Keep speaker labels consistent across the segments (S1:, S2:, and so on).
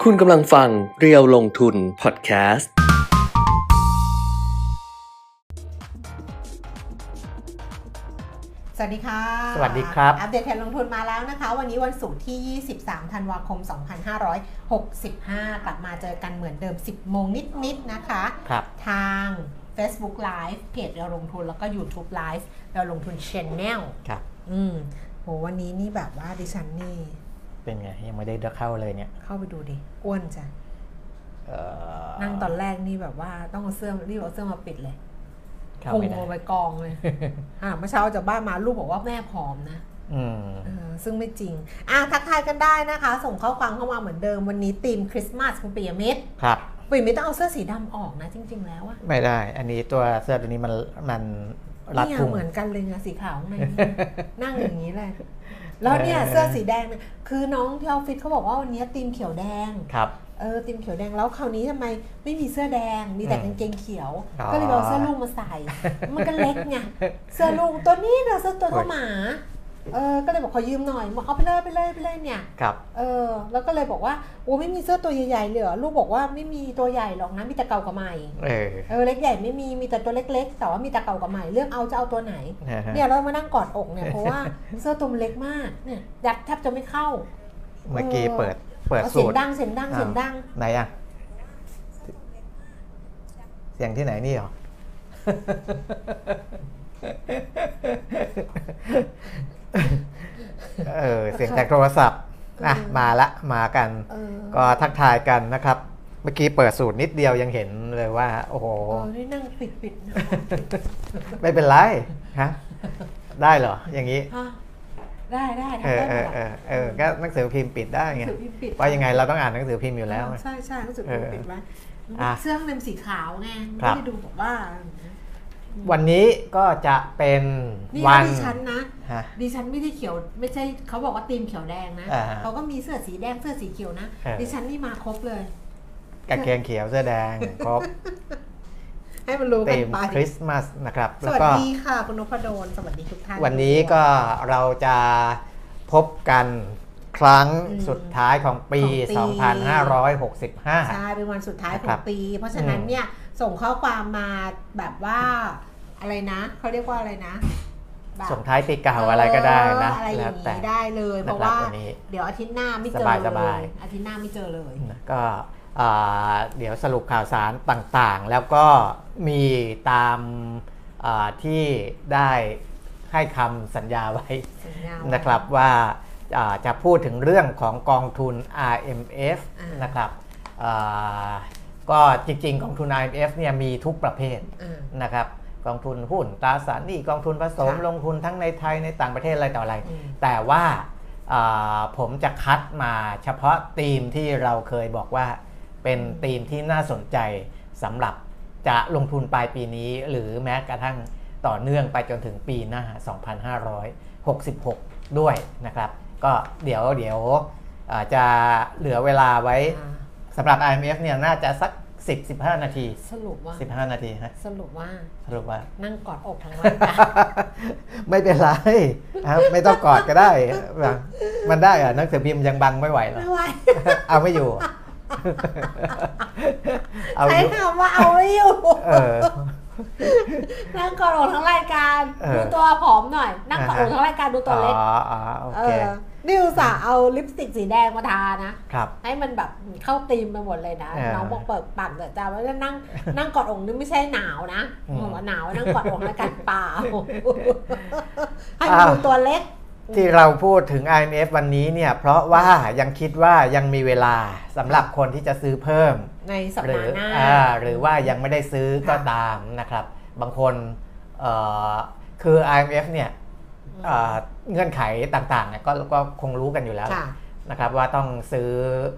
S1: คุณกำลังฟังเรียวลงทุนพอดแคสต์
S2: สวัสดีค่ะ
S3: สวัสดีครับ
S2: อัปเดตแผนลงทุนมาแล้วนะคะวันนี้วันศุกร์ที่23ธันวาคม2565กลับมาเจอกันเหมือนเดิม 10 โมงนิดๆนะคะ
S3: ครับ
S2: ทาง Facebook Live เพจเราลงทุนแล้วก็ YouTube Live เราลงทุน Channel
S3: ครับ
S2: โหวันนี้นี่แบบว่าดิฉันนี่
S3: เป็นไงยังไม่ได้เข้าเลยเนี่ย
S2: เข้าไปดูดิอ้วนจ้ะนั่งตอนแรกนี่แบบว่าต้องเอาเสื้อรีบเอาเสื้อมาปิดเลยพุงลงไปกองเลยเมื่อเช้าจากบ้านมาลูกบอกว่าแม่ผอมนะซึ่งไม่จริงทักทายกันได้นะคะส่งข้อความเข้ามาเหมือนเดิมวันนี้ธีมคริสต์มาสคุณปิยมิตร
S3: ครับ
S2: ปิยมิตรต้องเอาเสื้อสีดำออกนะจริงๆแล้วอะ
S3: ไม่ได้อันนี้ตัวเสื้อตัวนี้มันรัดพุง
S2: เหมือนกันเลยนะสีขาวในนั่งอย่างนี้เลยแล้วเนี่ยเสื้อสีแดงเนี่ยคือน้องที่ออฟฟิศเขาบอกว่าวันนี้ธีมเขียวแดง
S3: ครับ
S2: ธีมเขียวแดงแล้วคราวนี้ทำไมไม่มีเสื้อแดงมีแต่กางเกงเขียวก็เลยเอาเสื้อลูกมาใส่มันก็เล็กไงเสื้อลูกตัวนี้นะเสื้อตัวเท่าหมาก็เลยบอกขอยืมหน่อยบอกเอาไปเลยเนี่ย
S3: ครับ
S2: แล้วก็เลยบอกว่าโอ้ไม่มีเสื้อตัวใหญ่ๆเลยเหรอลูกบอกว่าไม่มีตัวใหญ่หรอกนะมีแต่เก่ากับใหม่เล็กใหญ่ไม่มีแต่ตัวเล็กๆแต่ว่ามีแต่เก่ากับใหม่เลือกเอาจะเอาตัวไหนเนี่ยเรามานั่งกอดอกเนี่ยเพราะว่าเสื้อตัวเล็กมากเนี่ยยัดแทบจะไม่เข้า
S3: เมื่อกี้เปิด
S2: สูตรเสียงดัง
S3: ไหนอ่ะเสียงที่ไหนนี่หรอเสียงจากโทรศัพท์มากันก็ทักทายกันนะครับเมื่อกี้เปิดสูตรนิดเดียวยังเห็นเลยว่าโอ้โห
S2: นี่นั่งปิด
S3: ไม่เป็นไรฮะได้เหรออย่างนี้
S2: ได้ทำได้
S3: ก็หนังสือพิมพ์ปิดได้ไงเพราะยังไงเราต้องอ่านหนังสือพิมพ์อยู่แล้ว
S2: ใช่หนังสือพิมพ์ปิดไว้เสื้อข้างในสีขาวไงไม่ได้ดูบอกว่า
S3: วันนี้ก็จะเป็น
S2: วันดิฉันนะดิฉันไม่ได้เขียวไม่ใช่เขาบอกว่าธีมเขียวแดงนะเขาก็มีเสื้อสีแดงเสื้อสีเขียวนะดิฉันนี่มาครบเลย
S3: กางเกงเขียวเสื้อแดงครบ
S2: ให้มันรู้กันไป
S3: คริสต์มาสนะครับ
S2: สวัสดีค่ะคุณนพดลสวัสดีทุกท่าน
S3: วันนี้ก็เราจะพบกันครั้งสุดท้ายของปี2565
S2: ใช่เป็นวันสุดท้ายของปีเพราะฉะนั้นเนี่ยส่งข้อความมาแบบว่าอะไรนะเขาเรียกว่าอะไรนะ
S3: ส่งท้ายปีเก่าอะไรก็ได้นะ
S2: อะไรอย่างนี้ได้เลยเพราะว่าเดี๋ยวอาทิตย์หน้าไม่เจอเลยอาทิตย์หน้าไม่เจอเลย
S3: ก็เดี๋ยวสรุปข่าวสารต่างๆแล้วก็มีตามที่ได้ให้คำสัญญาไว้นะครับว่าจะพูดถึงเรื่องของกองทุน RMF นะครับก็จริงๆกองทุน RMF เนี่ยมีทุกประเภทนะครับกองทุนหุ้นตราสารหนี้กองทุนผสมลงทุนทั้งในไทยในต่างประเทศอะไรต่ออะไรแต่ว่าผมจะคัดมาเฉพาะธีมที่เราเคยบอกว่าเป็นธีมที่น่าสนใจสำหรับจะลงทุนปลายปีนี้หรือแม้กระทั่งต่อเนื่องไปจนถึงปีหน้า2566ด้วยนะครับก็เดี๋ยวจะเหลือเวลาไว้สำหรับ IMF เนี่ยน่าจะสัก10-15 นาที
S2: สรุปว่า
S3: 15 นาทีฮะ
S2: สรุปว่านั่งกอดอกทั้งวัน
S3: ไม่เป็นไรไม่ต้องกอดก็ได้มันได้หนังสือพิมพ์ยังบังไม่ไหวหรอ
S2: ไม่ไหว
S3: เอาไม่อยู่
S2: ใช้คำว่าเอาไม่อยู่นั่งกอดอกทั้งรายการดูตัวผอมหน่อยนั่งกอดอกทั้งรายการดูตัวเล็ก
S3: โอเค
S2: นี่อุตส่าห์เอาลิปสติกสีแดงมาทานะให้มันแบบเข้าธีมไปหมดเลยนะน้องบอกเปิดปากแต่จ้าว่านั่งกอดอกนี่ไม่ใช่หนาวนะบอกว่าหนาวนั่งกอดอกแล้วกันเปล่าให้มันดูตัวเล็ก
S3: ที่เราพูดถึง IMF วันนี้เนี่ยเพราะว่ายังคิดว่ายังมีเวลาสำหรับคนที่จะซื้อเพิ่ม
S2: ในสัปดาห์หน้า
S3: หรือว่ายังไม่ได้ซื้อก็ตามนะครับบางคนคือ IMF เนี่ยเงื่อนไขต่างๆเนี่ยก็คงรู้กันอยู่แล้วนะครับว่าต้องซื้อ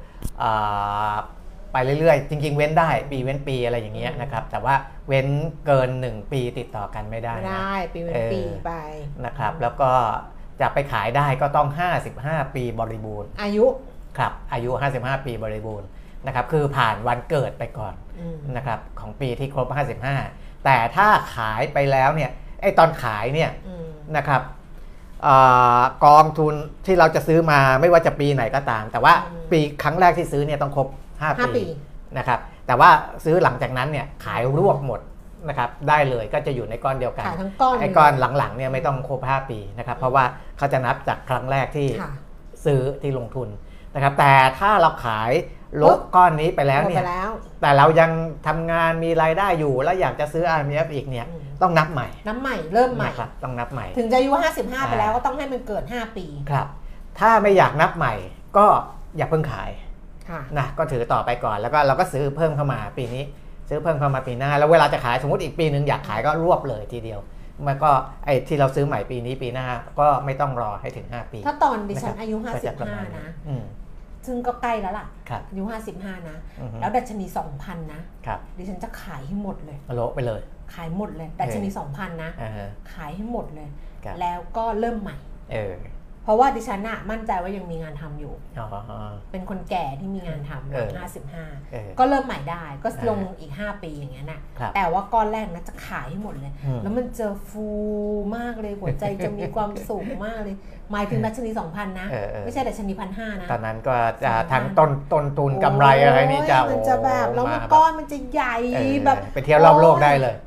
S3: ไปเรื่อยๆจริงๆเว้นได้ปีเว้นปีอะไรอย่างเงี้ยนะครับแต่ว่าเว้นเกิน1ปีติดต่อกันไม่ได้
S2: ปีเว้นปีไป
S3: นะครับแล้วก็จะไปขายได้ก็ต้อง55ปีบริบูรณ์
S2: อายุ
S3: ครับอายุ55ปีบริบูรณ์นะครับคือผ่านวันเกิดไปก่อนนะครับของปีที่ครบ55แต่ถ้าขายไปแล้วเนี่ยไอ้ตอนขายเนี่ยนะครับกองทุนที่เราจะซื้อมาไม่ว่าจะปีไหนก็ตามแต่ว่าปีครั้งแรกที่ซื้อเนี่ยต้องครบ5 ปีนะครับแต่ว่าซื้อหลังจากนั้นเนี่ยขายรวบหมดนะครับได้เลยก็จะอยู่ในก้อนเดียวกัน
S2: ขายทั้งก้อน
S3: ไอ้ก้อนหลังๆเนี่ยไม่ต้องครบ5 ปีนะครับเพราะว่าเขาจะนับจากครั้งแรกที่ซื้อที่ลงทุนนะครับแต่ถ้าเราขายลบก้อนนี้ไปแล้วเนี่ยแต่เรายังทำงานมีรายได้อยู่แล้วอยากจะซื้อ RMF อีกเนี่ยต้องนับใหม่
S2: เริ่มใหม่
S3: ต้องนับใหม่
S2: ถึงจะอายุ55ไปแล้วก็ต้องให้มันเกิด5 ปี
S3: ครับถ้าไม่อยากนับใหม่ก็อย่าเพิ่งขายนะก็ถือต่อไปก่อนแล้วก็เราก็ซื้อเพิ่มเข้ามาปีนี้ซื้อเพิ่มเข้ามาปีหน้าแล้วเวลาจะขายสมมติอีกปีนึงอยากขายก็รวบเลยทีเดียวมันก็ไอ้ที่เราซื้อใหม่ปีนี้ปีหน้าก็ไม่ต้องรอให้ถึง5 ปี
S2: ถ้าตอนดิฉันอายุ55นะซึ่งก็ใกล้แล้วล่ะอายุ55นะแล้วดัชนี 2,000 นะดิฉันจะขายให้หมดเลย
S3: โลไปเลย
S2: ขายหมดเลยดัชนี 2,000 นะขายให้หมดเลยแล้วก็เริ่มใหม่เพราะว่าดิฉันน่ะมั่นใจว่ายังมีงานทำอยู่เป็นคนแก่ที่มีงานทำหลัง55ก็เริ่มใหม่ได้ก็ลงอีก5 ปีอย่างเงี้ยน่ะแต่ว่าก้อนแรกนะจะขายให้หมดเลยแล้วมันเจอฟูมากเลยหัวใจจะมีความสุขมากเลยหมายถึงดัชนี 2,000 นะไม่ใช่ดัชนี 1,500 นะ
S3: ตอนนั้นก็จะทั้งต้นทุนกำไรอะไรนี่
S2: มันจะแบบแล้วก้อนมันจะใหญ่แบบ
S3: ไปเที่ยวรอบโลกได้เลย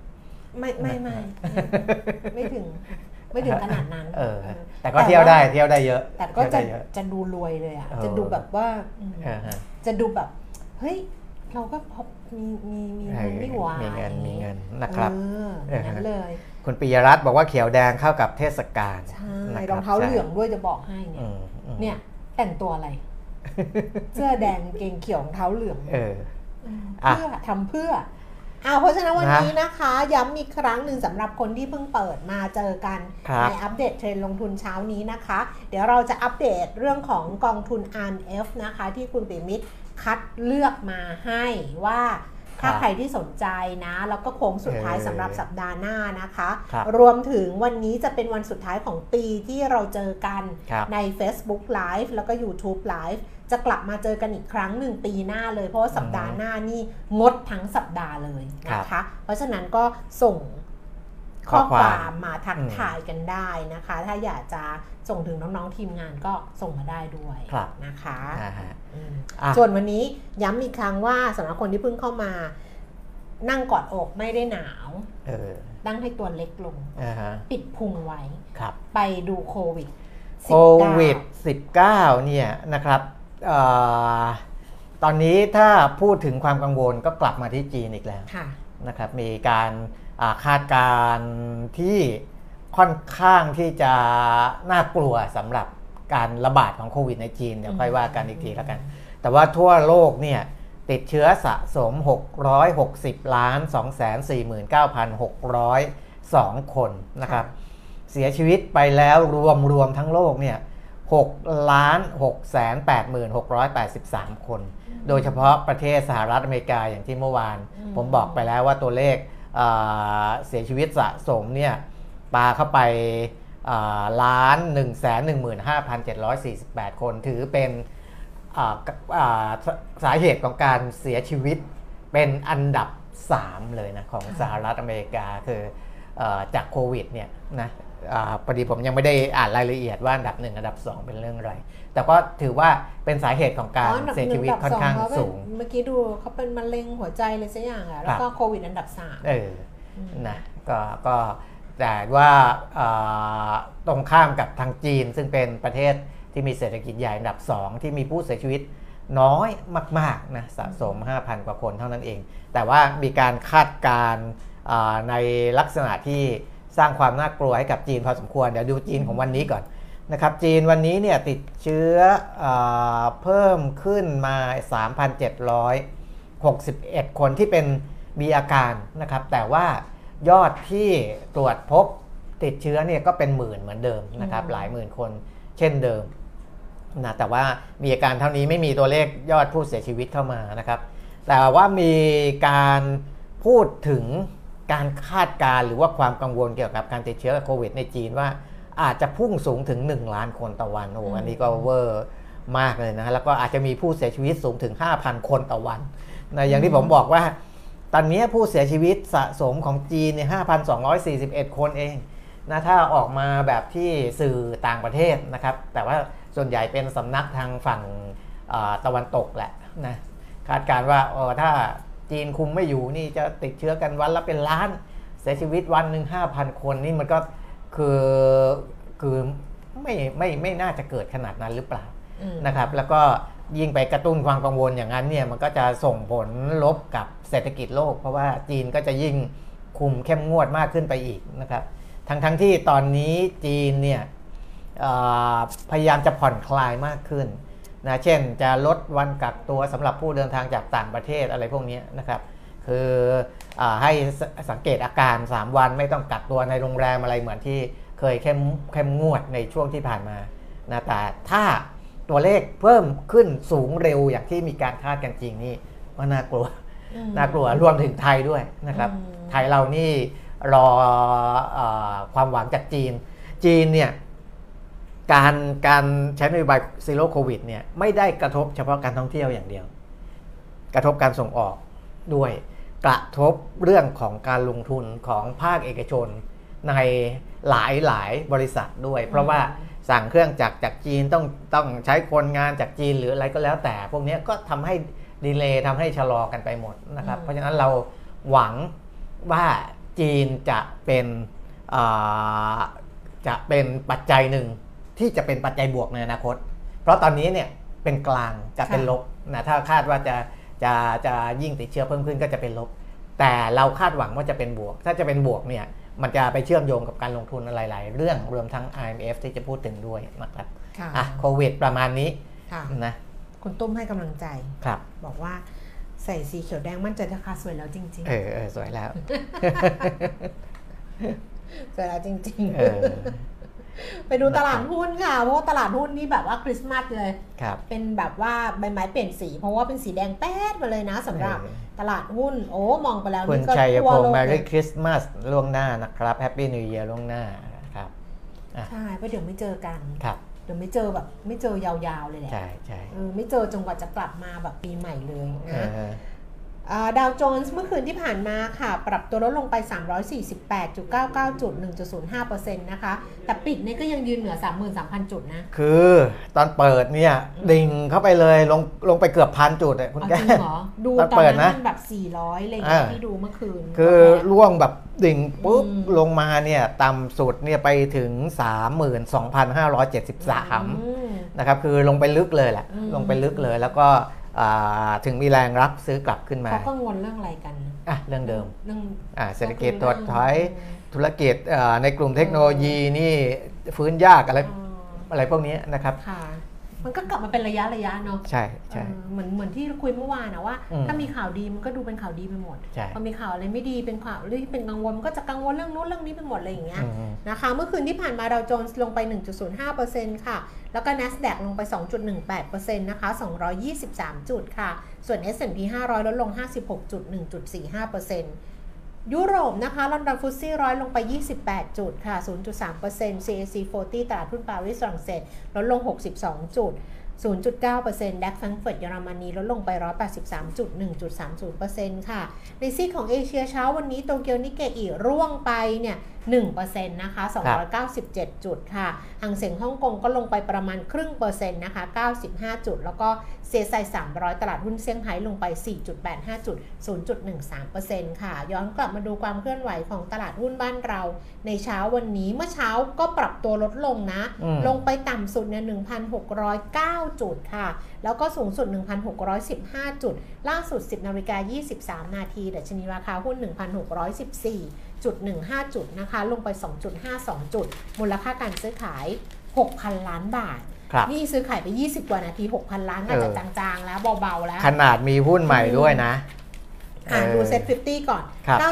S2: ไม่ถึงขนาดนั้น
S3: แต่ก็เที่ยวได้เยอะ
S2: แต่ก็จะดูรวยเลยอ่ะจะดูแบบว่าจะดูแบบเฮ้ยเราก็พอมีเงินไม่หวาน
S3: มีเงินนะครับ
S2: นั่นเลย
S3: คุณปิยรัตน์บอกว่าเขียวแดงเข้ากับเทศกาล
S2: ใช่รองเท้าเหลืองด้วยจะบอกให้เนี่ยแต่งตัวอะไรเสื้อแดงเกงเขียวรองเท้าเหลืองเพื่อทำเพื่อเพราะฉะนั้นวันนี้นะคะย้ำอีกครั้งหนึ่งสำหรับคนที่เพิ่งเปิดมาเจอกันในอัปเดตเทรนด์ลงทุนเช้านี้นะคะเดี๋ยวเราจะอัปเดตเรื่องของกองทุน RMF นะคะที่คุณปิมิตรคัดเลือกมาให้ว่าถ้าใครที่สนใจนะแล้วก็โค้งสุดท้ายสำหรับสัปดาห์หน้านะคะรวมถึงวันนี้จะเป็นวันสุดท้ายของปีที่เราเจอกันใน Facebook Live แล้วก็ YouTube Live จะกลับมาเจอกันอีกครั้งหนึ่งปีหน้าเลยเพราะว่าสัปดาห์หน้านี่งดทั้งสัปดาห์เลยนะคะเพราะฉะนั้นก็ส่งข้อความมาทักทายกันได้นะคะถ้าอยากจะส่งถึงน้องๆทีมงานก็ส่งมาได้ด้วยนะคะส่วนวันนี้ย้ำอีกครั้งว่าสำหรับคนที่เพิ่งเข้ามานั่งกอดอกไม่ได้หนาวนั่งให้ตัวเล็กลงปิดพุงไว้ไปดูโควิด
S3: 19เนี่ยนะครับตอนนี้ถ้าพูดถึงความกังวลก็กลับมาที่จีนอีกแล้วนะครับมีการคาดการณ์ที่ค่อนข้างที่จะน่ากลัวสำหรับการระบาดของโควิดในจีนเดี๋ยวค่อยว่ากันอีกทีแล้วกันแต่ว่าทั่วโลกเนี่ยติดเชื้อสะสม660,249,602 คนนะครับเสียชีวิตไปแล้วรวมทั้งโลกเนี่ย6,683,683 คนโดยเฉพาะประเทศสหรัฐอเมริกาอย่างที่เมื่อวานผมบอกไปแล้วว่าตัวเลขเสียชีวิตสะสมเนี่ยปาเข้าไป115,748 คนถือเป็นสาเหตุของการเสียชีวิตเป็นอันดับ3เลยนะของสหรัฐอเมริกาคือจากโควิดเนี่ยนะพอดีผมยังไม่ได้อ่านรายละเอียดว่าอันดับ1อันดับ2เป็นเรื่องอะไรแต่ก็ถือว่าเป็นสาเหตุของการเสียชีวิตค่อนข้างสูง
S2: เมื่อกี้ดูเขาเป็นมะเร็งหัวใจเลยสักอย่างแล้วก็โควิดอันดับ3
S3: นะก็แต่ว่าตรงข้ามกับทางจีนซึ่งเป็นประเทศที่มีเศรษฐกิจใหญ่อันดับ2ที่มีผู้เสียชีวิตน้อยมากๆนะสะสม 5,000 กว่าคนเท่านั้นเองแต่ว่ามีการคาดการณ์ในลักษณะที่สร้างความน่ากลัวให้กับจีนพอสมควรเดี๋ยวดูจีนของวันนี้ก่อนนะครับจีนวันนี้เนี่ยติดเชื้อเพิ่มขึ้นมา 3,761 คนที่เป็นมีอาการนะครับแต่ว่ายอดที่ตรวจพบติดเชื้อเนี่ยก็เป็นหมื่นเหมือนเดิมนะครับหลายหมื่นคนเช่นเดิมนะแต่ว่ามีอาการเท่านี้ไม่มีตัวเลขยอดผู้เสียชีวิตเข้ามานะครับแต่ว่ามีการพูดถึงการคาดการณ์หรือว่าความกังวลเกี่ยวกับการติดเชื้อโควิดในจีนว่าอาจจะพุ่งสูงถึง1 ล้านคนต่อวันอันนี้ก็เวอร์มากเลยนะแล้วก็อาจจะมีผู้เสียชีวิตสูงถึง 5,000 คนต่อวันนะอย่างที่ผมบอกว่าตอนนี้ผู้เสียชีวิตสะสมของจีนเนี่ย 5,241 คนเองนะถ้าออกมาแบบที่สื่อต่างประเทศนะครับแต่ว่าส่วนใหญ่เป็นสำนักทางฝั่งตะวันตกแหละนะคาดการณ์ว่าถ้าจีนคุมไม่อยู่นี่จะติดเชื้อกันวันละเป็นล้านเสียชีวิตวันหนึ่ง 5,000 คนนี่มันก็คือไม่น่าจะเกิดขนาดนั้นหรือเปล่านะครับแล้วก็ยิ่งไปกระตุ้นความกังวลอย่างนั้นเนี่ยมันก็จะส่งผลลบกับเศรษฐกิจโลกเพราะว่าจีนก็จะยิ่งคุมเข้มงวดมากขึ้นไปอีกนะครับทั้งที่ตอนนี้จีนเนี่ยพยายามจะผ่อนคลายมากขึ้นนะเช่นจะลดวันกักตัวสำหรับผู้เดินทางจากต่างประเทศอะไรพวกนี้นะครับคือให้สังเกตอาการ3วันไม่ต้องกักตัวในโรงแรมอะไรเหมือนที่เคยเข้มงวดในช่วงที่ผ่านมานะแต่ถ้าตัวเลขเพิ่มขึ้นสูงเร็วอย่างที่มีการคาดกันจริงนี่ก็น่ากลัวรวมถึงไทยด้วยนะครับไทยเรานี่รอความหวังจากจีนเนี่ยการใช้นโยบายซีโร่โควิดเนี่ยไม่ได้กระทบเฉพาะการท่องเที่ยวอย่างเดียวกระทบการส่งออกด้วยกระทบเรื่องของการลงทุนของภาคเอกชนในหลายบริษัทด้วยเพราะว่าสั่งเครื่องจักรจากจีนต้องใช้คนงานจากจีนหรืออะไรก็แล้วแต่พวกนี้ก็ทำให้ดีเลย์ทำให้ชะลอกันไปหมดนะครับเพราะฉะนั้นเราหวังว่าจีนจะเป็นปัจจัยหนึ่งที่จะเป็นปัจจัยบวกในอนาคตเพราะตอนนี้เนี่ยเป็นกลางจะเป็นลบนะถ้าคาดว่าจะยิ่งติดเชื้อเพิ่มขึ้นก็จะเป็นลบแต่เราคาดหวังว่าจะเป็นบวกถ้าจะเป็นบวกเนี่ยมันจะไปเชื่อมโยงกับการลงทุนหลายๆเรื่องรวมทั้ง IMF ที่จะพูดถึงด้วยนะครับโควิดประมาณนี้นะ
S2: คุณตุ้มให้กำลังใจ
S3: ครับ
S2: บอกว่าใส่สีเขียวแดงมั่นใจราคาสวยแล้วจริง
S3: ๆสวยแล้ว
S2: สวยแล้วจริงๆไปดูตลาดหุ้นค่ะเพราะว่าตลาดหุ้นนี่แบบว่าคริสต์มาสเลยเป็นแบบว่าใบไม้เปลี่ยนสีเพราะว่าเป็นสีแดงแป๊ดมาเลยนะสำหรับตลาดหุ้นมองไปแล้ว
S3: นี่ก็ทั่วโลก Merry Christmas ล่วงหน้านะครับ Happy New Year ล่วงหน้าครับ
S2: ใช่เพราะเดี๋ยวไม่เจอกัน
S3: ครับ
S2: เดี๋ยวไม่เจอแบบไม่เจอยาวๆเลยแหละ
S3: ใช่
S2: ไม่เจอจนกว่าจะกลับมาแบบปีใหม่เลยนะดาวโจนส์เมื่อคืนที่ผ่านมาค่ะปรับตัวลดลงไป 348.99 จุด 1.05% นะคะแต่ปิดนี่ก็ยังยืนเหนือ 33,000 จุดนะ
S3: คือตอนเปิดเนี่ยดิ่งเข้าไปเลยลงไปเกือบ 1,000 จุดคุณแก้
S2: จริงเหรอดูตอนนั้นแบบ400อะไรอย่างเงี้ยที่ดูเมื่อคืน
S3: คือร่วงแบบดิ่งปุ๊บลงมาเนี่ยต่ำสุดเนี่ยไปถึง 32,573 นะครับคือลงไปลึกเลยแหละลงไปลึกเลยแล้วก็ถึงมีแรงรับซื้อกลับขึ้นมา
S2: เขากังวลเรื่องอะไรกัน
S3: เรื่องเดิมเศรษฐกิจถดถอยธุรกิจในกลุ่มเทคโนโลยีนี่ฟื้นยากอะไรพวกนี้นะครับ
S2: มันก็กลับมาเป็นระยะเนาะ
S3: ใช่
S2: เหมือนที่คุยเมื่อวานนะว่าถ้ามีข่าวดีมันก็ดูเป็นข่าวดีไปหมดพอมีข่าวอะไรไม่ดีเป็นข่าวที่เป็นกังวลมันก็จะกังวลเรื่องนู้นเรื่องนี้ไปหมดอะไรอย่างเงี้ยนะคะเมื่อคืนที่ผ่านมาดาวโจนส์ลงไป 1.05% ค่ะแล้วก็ NASDAQ ลงไป 2.18% นะคะ223จุดค่ะส่วน S&P 500ลดลง 56.1.45%ยุโรปนะคะลอนดอนฟุตซี่100ลงไป28จุดค่ะ 0.3% CAC 40ตลาดหุ้นปารีสฝรั่งเศสลดลง62จุด 0.9% ดัคแฟรงก์เฟิร์ตเยอรมนีลดลงไป 183.1.30% ค่ะในซีกของเอเชียเช้าวันนี้โตเกียวนิเกอิร่วงไปเนี่ย 1% นะคะ297จุดค่ะหังเส็งฮ่องกงก็ลงไปประมาณ0.5%นะคะ95จุดแล้วก็เซี่ยงไฮ้300ตลาดหุ้นเซี่ยงไฮ้ลงไป 4.85 จุด 0.13% ค่ะย้อนกลับมาดูความเคลื่อนไหวของตลาดหุ้นบ้านเราในเช้าวันนี้เมื่อเช้าก็ปรับตัวลดลงนะลงไปต่ำสุดเนี่ย 1,609 จุดค่ะแล้วก็สูงสุด 1,615 จุดล่าสุด 10:23 น.ดัชนีราคาหุ้น 1,614.15 จุดนะคะลงไป 2.52 จุดมูลค่าการซื้อขาย 6,000 ล้านบาทนี่ซื้อขายไป20กว่านาที 6,000 ล้านก็จะจางๆแล้วเบาๆแล้ว
S3: ขนาดมีหุ้นใหม่ด้วยนะ
S2: ดูเซ็ต50ก่อน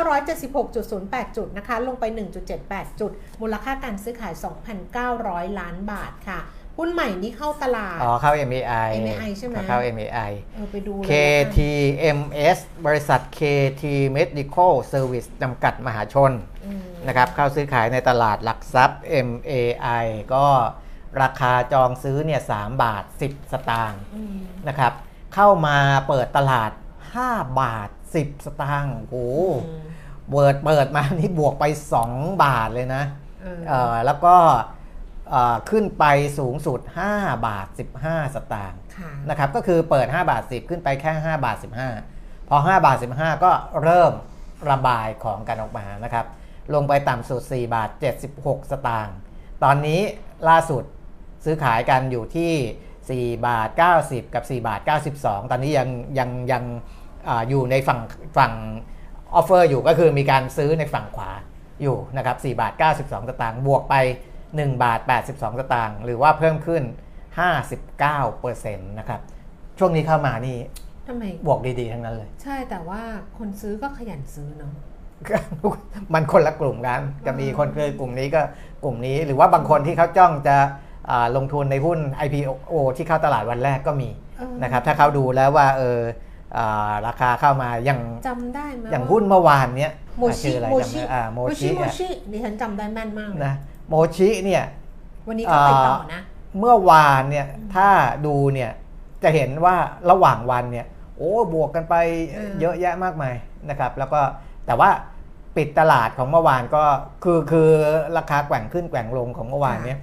S2: 976.08 จุดนะคะลงไป 1.78 จุดมูลค่าการซื้อขาย 2,900 ล้านบาทค่ะหุ้นใหม่นี้เข้าตลาด
S3: เข้า MAI
S2: ใช่ไหม
S3: เข้า MAI
S2: ไปดู
S3: KTMS บริษัท KT Medical Service จำกัดมหาชนนะครับเข้าซื้อขายในตลาดหลักทรัพย์ MAI ก็ราคาจองซื้อเนี่ย3 บาท 10 สตางค์นะครับเข้ามาเปิดตลาด5 บาท 10 สตางค์โอ้โหเปิดมานี่บวกไป2 บาทเลยนะแล้วก็ขึ้นไปสูงสุด5 บาท 15 สตางค์นะครับก็คือเปิด5 บาท 10ขึ้นไปแค่5 บาท 15พอ5 บาท 15ก็เริ่มระบายของกันออกมานะครับลงไปต่ำสุด4 บาท 76 สตางค์ตอนนี้ล่าสุดซื้อขายกันอยู่ที่4 บาท 90กับ4 บาท 92ตอนนี้ยังอยู่ในฝั่งออฟเฟอร์อยู่ก็คือมีการซื้อในฝั่งขวาอยู่นะครับ4 บาท 92 สตางค์บวกไป1 บาท 82 สตางค์หรือว่าเพิ่มขึ้น 59% นะครับช่วงนี้เข้ามานี่
S2: ทำไม
S3: บวกดีๆทั้งนั้นเลย
S2: ใช่แต่ว่าคนซื้อก็ขยันซื้อเนาะ
S3: มันคนละกลุ่มกันจะมีคนเคยกลุ่มนี้ก็กลุ่มนี้หรือว่าบางคนที่เขาจ้องจะลงทุนในหุ้น IPO ที่เข้าตลาดวันแรกก็มีนะครับถ้าเขาดูแล้วว่าราคาเข้ามายัง
S2: จำได้ไหม
S3: อย่างหุ้นเมื่อวานเนี้ย
S2: โมชิดิฉันจำได้แม่นมาก
S3: นะโมชิเนี่ย
S2: วันนี้ก็ไปต่อนะ
S3: เมื่อวานเนี่ยถ้าดูเนี่ยจะเห็นว่าระหว่างวันเนี่ยโอ้บวกกันไปเยอะแยะมากมายนะครับแล้วก็แต่ว่าปิดตลาดของเมื่อวานก็คือราคาแกว่งขึ้นแกว่งลงของเมื่อวานเนี่ย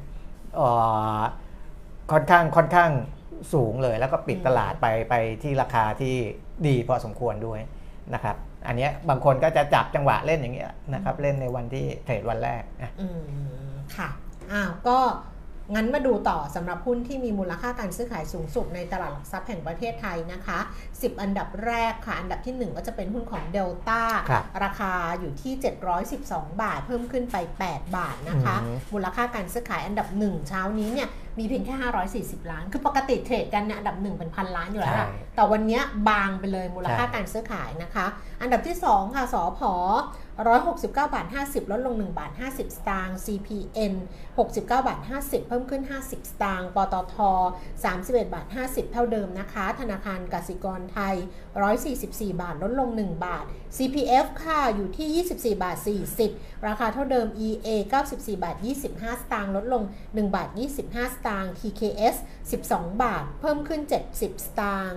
S3: ค่อนข้างสูงเลยแล้วก็ปิดตลาดไปที่ราคาที่ดีพอสมควรด้วยนะครับอันนี้บางคนก็จะจับจังหวะเล่นอย่างเงี้ยนะครับเล่นในวันที่เทรดวันแรกนะ
S2: ค่ะก็งั้นมาดูต่อสำหรับหุ้นที่มีมูลค่าการซื้อขายสูงสุดในตลาดหลักทรัพย์แห่งประเทศไทยนะคะ10อันดับแรกค่ะอันดับที่1ก็จะเป็นหุ้นของ Delta ราคาอยู่ที่712 บาทเพิ่มขึ้นไป8 บาทนะคะมูลค่าการซื้อขายอันดับ1เช้านี้เนี่ยมีเพียงแค่540 ล้านคือปกติเทรดกันเนี่ยอันดับ1เป็นพันล้านอยู่แล้วแต่วันนี้บางไปเลยมูลค่าการซื้อขายนะคะอันดับที่2ค่ะสผ169 บาท 50ลดลง1 บาท 50 สตางค์ CPN 69 บาท 50เพิ่มขึ้น50 สตางค์ปตท31 บาท 50เท่าเดิมนะคะธนาคารกสิกรไทย144 บาทลดลง1 บาท CPF ค่ะอยู่ที่24 บาท 40ราคาเท่าเดิม EA 94 บาท 25 สตางค์ลดลง1 บาท 25 สตางค์ TKS 12 บาทเพิ่มขึ้น70 สตางค์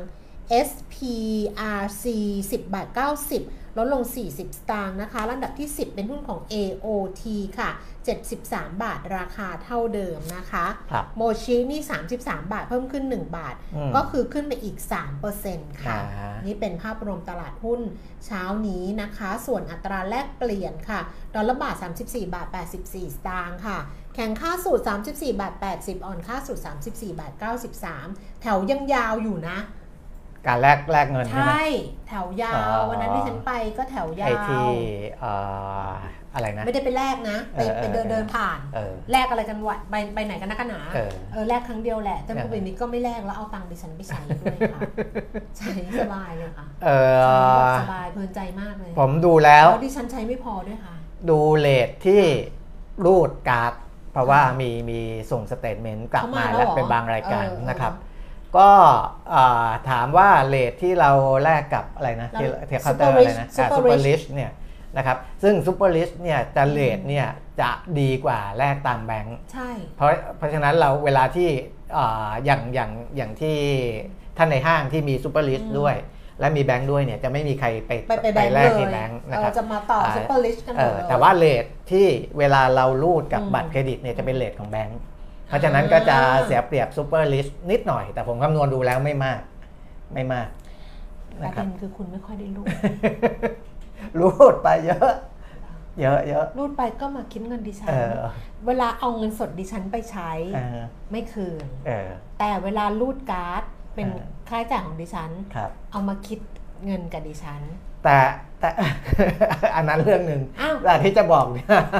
S2: SPRC 10 บาท 90ลดลง40 สตางค์นะคะลำดับที่10เป็นหุ้นของ AOT ค่ะ73 บาทราคาเท่าเดิมนะคะโมชินี่33 บาทเพิ่มขึ้น1 บาทก็คือขึ้นไปอีก 3% ค่ะนี่เป็นภาพรวมตลาดหุ้นเช้านี้นะคะส่วนอัตราแลกเปลี่ยนค่ะดอลลาร์บาท34 บาท 84 สตางค์ค่ะแข่งค่าสูตร34 บาท 80อ่อนค่าสูตร34 บาท 93แถวยังยาวอยู่นะ
S3: การแลกเงินใช่ไหม
S2: ใช่แถวยาววันนั้นที่ฉันไปก็แถวยาวไอ้
S3: ที่อะไรนะ
S2: ไม่ได้ไปแลกนะไปเดินผ่านแลกอะไรกันวะไปไหนกันนักหนาแลกครั้งเดียวแหละแต่ผู้บริหารก็ไม่แลกแล้วเอาตังค์ดิฉันไปใช้ด้วยค่ะใช้สบายเลยค่ะสบายเพลินใจมากเลย
S3: ผมดูแล้ว
S2: ดิฉันใช้ไม่พอด้วยค่ะ
S3: ดูเรทที่รูดการ์ดเพราะว่ามีส่งสเตทเมนต์กลับมาแล้วเป็นบางรายการนะครับก็ถามว่าเรทที่เราแลกกับอะไรนะที่เคาน์เตอร์อะไรนะซูเปอร์ลิชเนี่ยนะครับซึ่งซูเปอร์ลิชเนี่ยจะเรทเนี่ยจะดีกว่าแลกตามแบงค์
S2: ใช่
S3: เพราะฉะนั้นเราเวลาที่อย่างที่ท่านในห้างที่มีซูเปอร์ลิชด้วยและมีแบงค์ด้วยเนี่ยจะไม่มีใครไปแลกที่แบงค์นะครับ
S2: จะมาต่อซูเปอร์ลิชกัน
S3: แต่ว่าเรทที่เวลาเรารูดกับบัตรเครดิตเนี่ยจะเป็นเรทของแบงค์เพราะฉะนั้นก็จะเสียเปรียบซูเปอร์ลิสต์นิดหน่อยแต่ผมคำนวณดูแล้วไม่มาก
S2: ประเด็นคือคุณไม่ค่อยได้รูด
S3: รูดไปเยอะ
S2: รูดไปก็มาคิดเงินดิฉันเวลาเอาเงินสดดิฉันไปใช้ไม่คืนแต่เวลารูดการ์ดเป็นค่าใช้จ่ายของดิฉันเอามาคิดเงินกับดิฉัน
S3: แต่อันนั้นเรื่องนึงแต่ที่จะบอก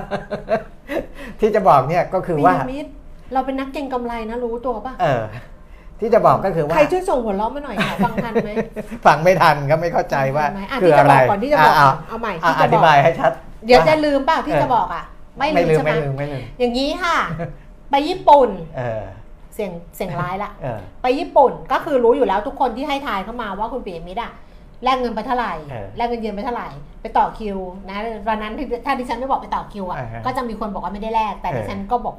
S3: เนี่ยก็คือว่า
S2: เราเป็นนักเก็งกำไรนะรู้ตัวป่ะ
S3: ที่จะบอกก็คือว่า
S2: ใครช่วยส่งหัวเราะมาหน่อยค่ะฟังทันไหม
S3: ฟังไม่ทันก็ไม่เข้าใจว่าคืออะไร
S2: ก่อนที่จะบอกเอาใหม่ที่จะบอก
S3: อธิบายให้ชัด
S2: เดี๋ยวจะลืมเปล่าที่จะบอกอ่ะไม่ลืมใช่ไหมอย่างนี้ค่ะไปญี่ปุ่นเสียงร้ายละไปญี่ปุ่นก็คือรู้อยู่แล้วทุกคนที่ให้ทายเข้ามาว่าคุณปิยมิตรอะแลกเงินไปเท่าไหร่แลกเงินเยือนไปเท่าไหร่ไปต่อคิวนะวันนั้นถ้าดิฉันไม่บอกไปต่อคิวอ่ะก็จะมีคนบอกว่าไม่ได้แลกแต่ดิฉันก็บอกว่า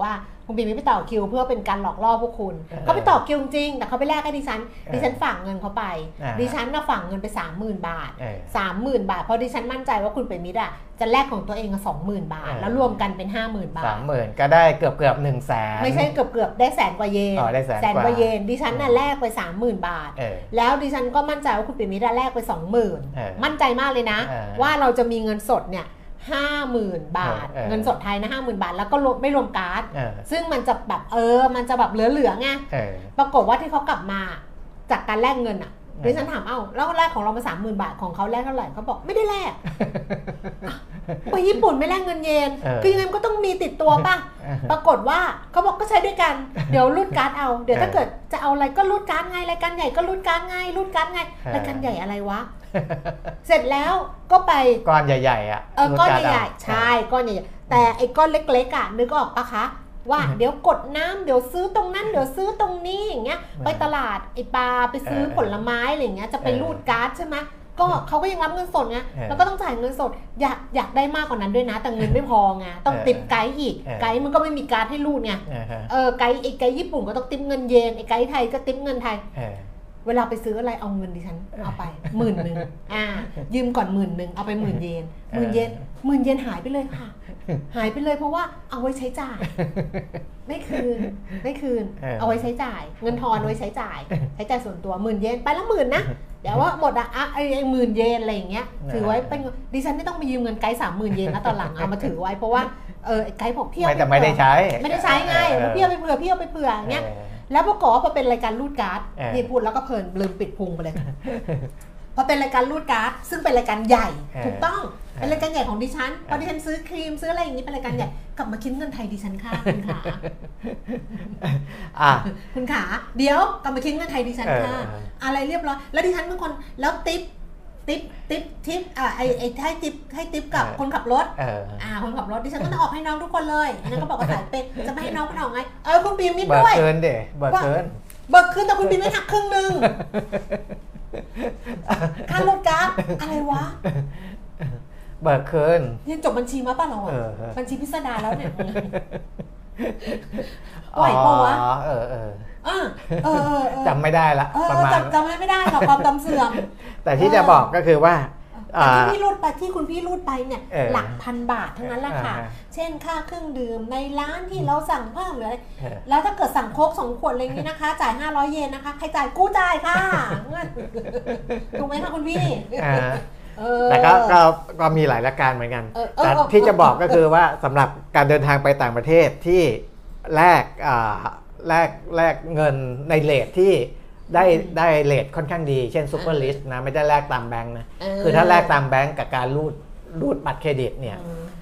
S2: คุณบีไม่ต่อคิวเพื่อเป็นการหลอกล่อพวกคุณเขาไปต่อคิวจริงแต่เขาไปแลกให้ดิฉันฝากเงินเขาไปดิฉันน่ะฝากเงินไป 30,000 บาท 30,000 บาทเพราะดิฉันมั่นใจว่าคุณเปรมิตรอ่ะจะแลกของตัวเองกับ 20,000 บาทแล้วรวมกันเป็น 50,000 บาท
S3: 30,000ก็ได้เกือบ100,000
S2: ไม่ใช่เกือบได้แสนกว่าเยนแสนกว่าเยนดิฉันน่ะแลกไป 30,000 บาทแล้วดิฉันก็มั่นใจว่าคุณเปรมิตรแลกไป 20,000 มั่นใจมากเลยนะว่าเราจะมีเงินสดเนี่ย50,000 บาทเงินสดไทยนะ 50,000 บาทแล้วก็ไม่รวมการ์ดซึ่งมันจะแบบมันจะแบบเหลือๆไงปรากฏว่าที่เขากลับมาจากการแลกเงินอ่ะดิฉันถามแล้วแลกของเรามา 30,000 บาทของเขาแลกเท่าไหร่เขาบอกไม่ได้แลกไปญี่ปุ่นไม่แลกเงินเยนคือยังไงมันก็ต้องมีติดตัวป่ะปรากฏว่าเขาบอกก็ใช้ด้วยกันเดี๋ยวรูดการ์ดเอาเดี๋ยวถ้าเกิดจะเอาอะไรก็รูดการ์ดไงรายการใหญ่ก็รูดการ์ดไงรูดการ์ดไงรายการใหญ่อะไรวะเสร็จแล้วก็ไป
S3: ก้อนใหญ่ๆอ่ะ
S2: ก้อนใหญ่ๆใช่ก้อนใหญ่ๆแต่ไอ้ก้อนเล็กๆอ่ะนึกออกปะคะว่าเดี๋ยวกดน้ำเดี๋ยวซื้อตรงนั้นเดี๋ยวซื้อตรงนี้อย่างเงี้ยไปตลาดไอ้ปลาไปซื้อผลไม้อะไรอย่างเงี้ยจะไปรูดการ์ดใช่ไหมก็เขาก็ยังรับเงินสดไงแล้วก็ต้องจ่ายเงินสดอยากได้มากกว่านั้นด้วยนะแต่เงินไม่พอไงต้องติปไกด์อีกไกด์มันก็ไม่มีการ์ดให้รูดไงไกด์ญี่ปุ่นก็ต้องติปเงินเยนไอ้ไกด์ไทยก็ติปเงินไทยเวลาไปซื้ออะไรเอาเงินดิฉันเอาไป10,000ยืมก่อน10,000เอาไป10,000 เยน10,000 เยนหายไปเลยค่ะหายไปเลยเพราะว่าเอาไว้ใช้จ่ายไม่คืนเอาไว้ใช้จ่ายเงินทอนไว้ใช้จ่ายส่วนตัว10,000 เยนไปละ10,000นะเดี๋ยวว่าหมดไอ้10,000 เยนอะไรอย่างเงี้ยถือไว้เป็นดิฉันไม่ต้องไปยืมเงินไกด์ 30,000 เยนนะตอนหลังเอามาถือไว้เพราะว่าไกด์บอกเที่ยว
S3: แต่ไม่ได้ใช้
S2: ไงเที่ยวไปเผื่ออย่างเงี้ยแล้วปรากฏว่าพอเป็นรายการรูดการ์ดนี่พูดแล้วก็เพลินลืมปิดพุงไปเลยพอเป็นรายการรูดการ์ดซึ่งเป็นรายการใหญ่ถูกต้องเป็นรายการใหญ่ของดิฉันพอดิฉันซื้อครีมซื้ออะไรอย่างนี้เป็นรายการใหญ่กลับมาคิดเงินไทยดิฉันค่ะคุณขาคุณขาเดี๋ยวกลับมาคิดเงินไทยดิฉันค่ะอะไรเรียบร้อยแล้วดิฉันเป็นคนแล้วทิปให้ทิปกับคนขับรถคนขับรถดิฉันก็ต้องออกให้น้องทุกคนเลยอันนั้นก็บอกว่าสายเป็นจะไม่ให้น้องไปออกไงคุณบีมมิดด้วย
S3: เบิกคืน
S2: แต่คุณบีมไม่หักครึ่งนึงค่ารถการ์ดอะไรวะ
S3: เบิกคืน
S2: ยังจบบัญชีมาป่ะเราบัญชีพิสดารแล้วเนี่ยไหวปะวะ
S3: จำไม่ได้ละประมาณ
S2: จำไม่ได้หรอกความจำเสื่อม
S3: แต่ที่จะบอกก็คือว่า
S2: ที่พี่รูดไปที่คุณพี่รูดไปเนี่ยหลักพันบาททั้งนั้นแหละค่ะเช่นค่าเครื่องดื่มในร้านที่เราสั่งเพิ่มหรืออะไรแล้วถ้าเกิดสั่งโค้ก2 ขวดอะไรนี้นะคะจ่าย500 เยนนะคะใครจ่ายกู้จ่ายค่ะถูกไหมคะคุณพี่
S3: แต่ก็มีหลายรายการเหมือนกันแต่ที่จะบอกก็คือว่าสำหรับการเดินทางไปต่างประเทศที่แลกเงินในเรทที่ได้เรทค่อนข้างดีเช่นซูเปอร์ลิสต์นะไม่ได้แลกตามแบงค์นะคือถ้าแลกตามแบงค์กับการรูดบัตรเครดิตเนี่ย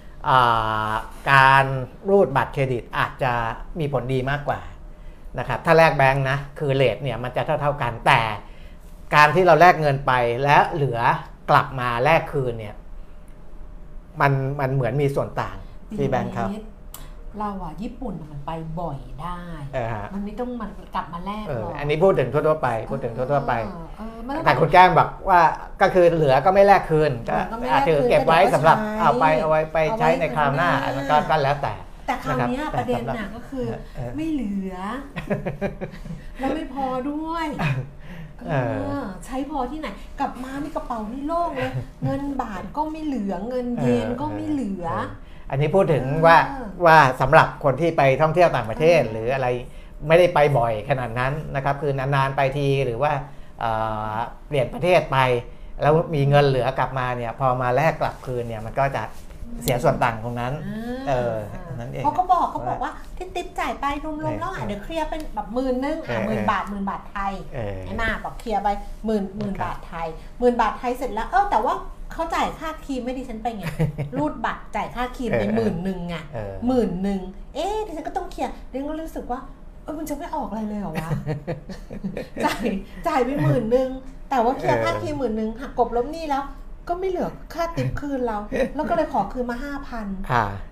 S3: การรูดบัตรเครดิตอาจจะมีผลดีมากกว่านะครับถ้าแลกแบงค์นะคือเรทเนี่ยมันจะเท่ากันแต่การที่เราแลกเงินไปแล้วเหลือกลับมาแลกคืนเนี่ยมันเหมือนมีส่วนต่างที่แบงค์ครับ
S2: เราญี่ปุ่นมันไปบ่อยได้มันไม่ต้องมันกลับมาแลกหรอก
S3: อันนี้พูดถึงทั่วไปแต่คุณแก้มบอกว่าก็คือเหลือก็ไม่แลกคืนก็อาจจะเก็บไว้สำหรับเอาไปใช้ในคราวหน้าก็แล้ว
S2: แต่คราวนี้ประเด็นน่ะก็คือไม่เหลือแล้วไม่พอด้วยใช้พอที่ไหนกลับมานี่กระเป๋านี่โล่งเลยเงินบาทก็ไม่เหลือเงินเยนก็ไม่เหลือ
S3: อันนี้พูดถึงว่าสำหรับคนที่ไปท่องเที่ยวต่างประเทศหรืออะไรไม่ได้ไปบ่อยขนาดนั้นนะครับคือนานๆไปทีหรือว่าเปลี่ยนประเทศไปแล้วมีเงินเหลือกลับมาเนี่ยพอมาแลกกลับคืนเนี่ยมันก็จะเสียส่วนต่างตรงนั้นนั่นเอง
S2: เขาบอกว่าที่ติ๊บจ่ายไปรวมๆแล้วเดี๋ยวเคลียร์เป็นแบบ10,000 10,000 บาทไทยไอ้มาบอกเคลียร์ไป10,000 บาทไทย10,000 บาทไทยเสร็จแล้วแต่ว่าเขาจ่ายค่าครีมไม่ดิฉันไปไงรูดบัตรจ่ายค่าครีมไป10,000ไง10,000ดิฉันก็ต้องเคลียร์ดิฉันก็รู้สึกว่ามันจะไม่ออกอะไรเลยเหรอวะจ่ายไป10,000แต่ว่าเคลียร์ค่าครีม10,000หักกบลบหนี้แล้วก็ไม่เหลือค่าติ๊บคืนเราแล้วก็เลยขอคืนมา 5,000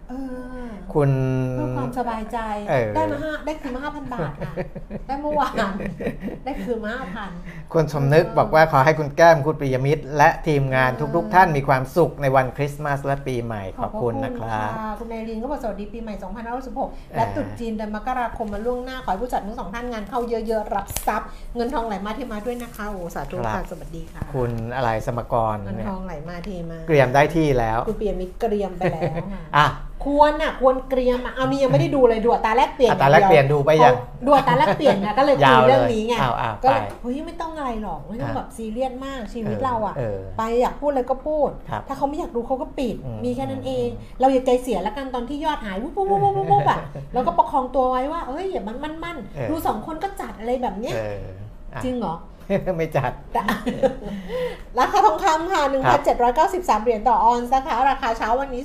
S3: คุณ
S2: เพื่อความสบายใจได้คืนมา 5,000 บาทค่ะได้เมื่อวานได้คืนมา 5,000
S3: คุณสมนึกบอกว่าขอให้คุณแก้มคุณปิยมิตรและทีมงานทุกท่านมีความสุขในวันคริสต์มาสและปีใหม่ขอบคุณนะครับ
S2: คุณนายลินก็บอกสวัสดีปีใหม่2566และตรุษจีนเดือนมกราคมมาล่วงหน้าขอให้ผู้จัดทั้งสองท่านงานเข้าเยอะๆรับทรัพย์เงินทองไหลมาเทมาด้วยนะคะโอ้สาธุค่ะสวัสดีค่ะ
S3: คุณอะไรสมกร
S2: เงินทองไหลมาเทมา
S3: เกรียมได้ที่แล้ว
S2: คุณปิยมิตรเกรียมไปแล้วควรเกรียมเอานี่ยังไม่ได้ดูเลยดูอัตราแลกเปลี่ยน
S3: อัตราแลกเปลี่ยนดูไปยัง
S2: ดูอัตราแลกเปลี่ยนไงก็เลยคุยเรื่องนี้ไงก็เฮ้ยไม่ต้องอะไรหรอกไม่ต้องแบบซีเรียสมากชีวิตเราไปอยากพูดอะไรก็พูดถ้าเขาไม่อยากดูเขาก็ปิดมีแค่นั้นเองเราอย่าใจเสียแล้วกันตอนที่ยอดหายปุ๊บอะแล้วก็ประคองตัวไว้ว่าเอ้ยอย่ามันดู2คนก็จัดอะไรแบบเนี้ยจริงเหรอ
S3: ไม่จัด
S2: ราคาทองคำค่ะ 1,793 เหรียญต่อออนซ์นะคะราคาเช้าวันนี้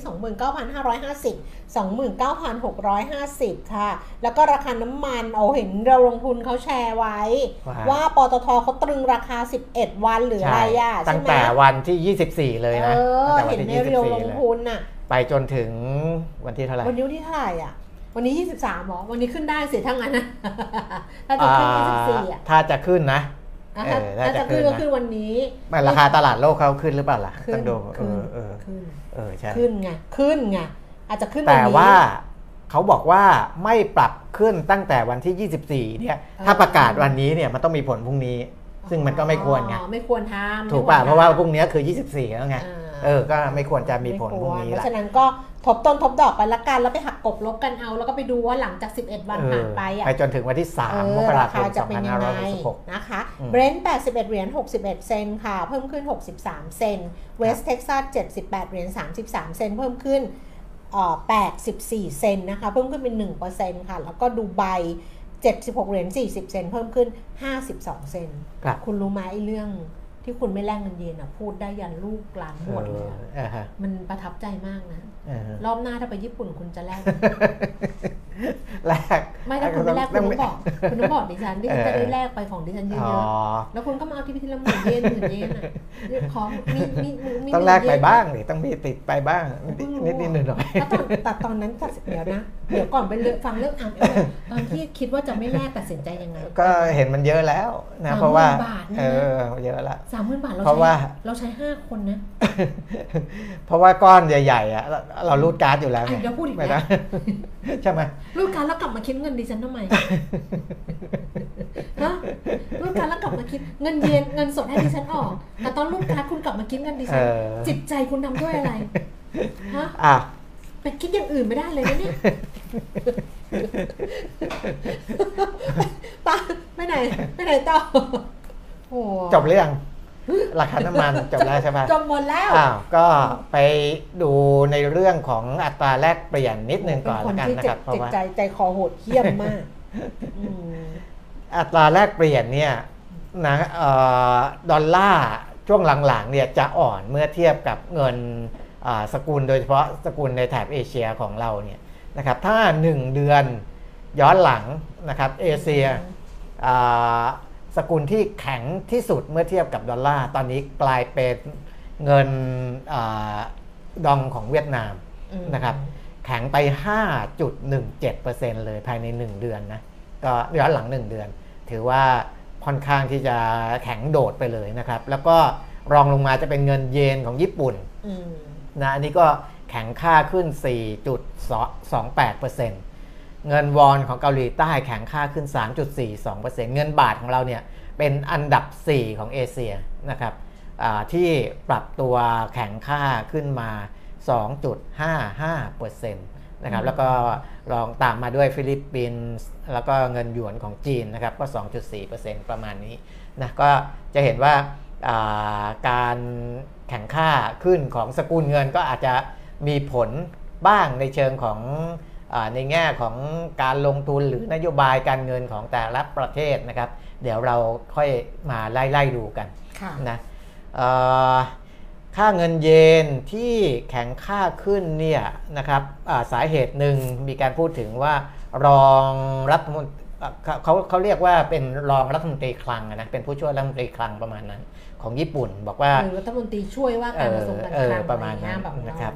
S2: 29,550 29,650 ค่ะแล้วก็ราคาน้ำมันเห็นเราลงทุนเขาแชร์ไว้ว่าปตทเขาตรึงราคา11วันหรืออะไร
S3: ตั้งแต่วันที่24เลยนะ
S2: เห็นในเรียวลงทุนน่ะ
S3: ไปจนถึงวันที่เท่าไหร่
S2: วันนี้ที่เท่าไหร่วันนี้23หรอวันนี้ขึ้นได้เสียทั้งนั้นนะถ้าจะขึ้น24
S3: ถ้าจะขึ้นนะ
S2: ถ้าจะขึ้นก็ขึ้นวันนี้
S3: ราคาตลาดโลกเขาขึ้นหรือเปล่าล่ะต้องดู
S2: ใช่ขึ้นไงอาจจะขึ้น
S3: แต่ว่าเขาบอกว่าไม่ปรับขึ้นตั้งแต่วันที่24เนี่ยถ้าประกาศวันนี้เนี่ยมันต้องมีผลพรุ่งนี้ซึ่งมันก็ไม่ควรไง
S2: ไม่ควรทำ
S3: ถูกป่ะเพราะว่าพรุ่งนี้คือ24แล้วไงก็ไม่ควรจะมีผลพรุ่งนี้
S2: เพราะฉะนั้นก็ทบต้นทบดอกไปละกันแล้วไปหักกบลบกันเอาแล้วก็ไปดูว่าหลังจาก11วันผ่านไป
S3: ไปจนถึงวันที่3มกราคม
S2: 2566นะคะเบรนท์81เหรียญ61เซนต์ค่ะเพิ่มขึ้น63เซนต์เวสต์เท็กซัส78เหรียญ33เซนต์เพิ่มขึ้น84เซนต์นะคะเพิ่มขึ้นเป็น 1% ค่ะแล้วก็ดูไบ76เหรียญ40เซนต์เพิ่มขึ้น52เซนต์คุณรู้ไหมเรื่องที่คุณไม่แลกเงินเยนพูดได้ยันลูกหลานบวชเลยมันประทับใจมากนะรอบหน้าถ้าไปญี่ปุ่นคุณจะแลกไม่ถ้าคุณไม่แลกคุณต้องบอกดิฉันจะได้แลกไปของดิฉันเยอะๆแล้วคุณก็มาเอาที่ละ10,000 เยนของ
S3: ต้องแลกไปบ้างหรือต้องมีติดไปบ้างนิดหน่อย
S2: แต่ตอนนั้นเดี๋ยวก่อนไปฟังเรื่องตอนที่คิดว่าจะไม่แลกตัดสินใจยังไง
S3: ก็เห็นมันเยอะแล้วนะเพราะว่าเยอะแล้ว
S2: 30,000 บาทเราใช้5คนนะ
S3: เพราะว่าก้อนใหญ่ๆเรารูดการ์ดอยู่แล้ว
S2: เดี๋ยวพูดอีกแล้ว
S3: ใช่ไหม
S2: รูดการ์ดแล้วกลับมาคิดเงินดิฉันทำไมฮะรูดการ์ดแล้วกลับมาคิดเงินเยนเงินสดให้ดิฉันออกแต่ตอนรูดการ์ดคุณกลับมาคิดเงินดิฉันจิตใจคุณทำด้วยอะไรฮะไปคิดอย่างอื่นไม่ได้เลยนะเนี่ยไปไหนต่อ
S3: จบเรื่องราคาน้ำมันจบแล้วใช่ไหม
S2: จบหมดแล้ว
S3: ก็ไปดูในเรื่องของอัตราแลกเปลี่ยนนิดนึงก่อนแล้วกันนะครับ
S2: เพราะว่าใจคอโหดเหี้ยมมาก
S3: อัตราแลกเปลี่ยนเนี่ยนะดอลลาร์ช่วงหลังๆเนี่ยจะอ่อนเมื่อเทียบกับเงินสกุลโดยเฉพาะสกุลในแถบเอเชียของเราเนี่ยนะครับถ้า1เดือนย้อนหลังนะครับเอเชียสกุลที่แข็งที่สุดเมื่อเทียบกับดอลลาร์ตอนนี้กลายเป็นเงินดองของเวียดนามนะครับแข็งไป 5.17% เลยภายใน1เดือนนะก็ย้อนหลัง1เดือนถือว่าค่อนข้างที่จะแข็งโดดไปเลยนะครับแล้วก็รองลงมาจะเป็นเงินเยนของญี่ปุ่นนะอันนี้ก็แข็งค่าขึ้น 4.28%เงินวอนของเกาหลีใต้แข็งค่าขึ้น 3.42% เงินบาทของเราเนี่ยเป็นอันดับ4ของเอเชียนะครับที่ปรับตัวแข็งค่าขึ้นมา 2.55% นะครับแล้วก็รองตามมาด้วยฟิลิปปินส์แล้วก็เงินหยวนของจีนนะครับก็ 2.4% ประมาณนี้นะก็จะเห็นว่าการแข่งค่าขึ้นของสกุลเงินก็อาจจะมีผลบ้างในเชิงของในแง่ของการลงทุนหรือนโยบายการเงินของแต่ละประเทศนะครับเดี๋ยวเราค่อยมาไล่ดูกันนะค่าเงินเยนที่แข็งค่าขึ้นเนี่ยนะครับสาเหตุหนึ่งมีการพูดถึงว่ารองรัฐมนตรีเขาเรียกว่าเป็นรองรัฐมนตรีคลังนะเป็นผู้ช่วยรัฐมนตรีคลังประมาณนั้นของญี่ปุ่นบอกว่า
S2: รัฐมนตรีช่วยว่าการกระทรวงการคลัง
S3: ประมาณนั้นนะครับ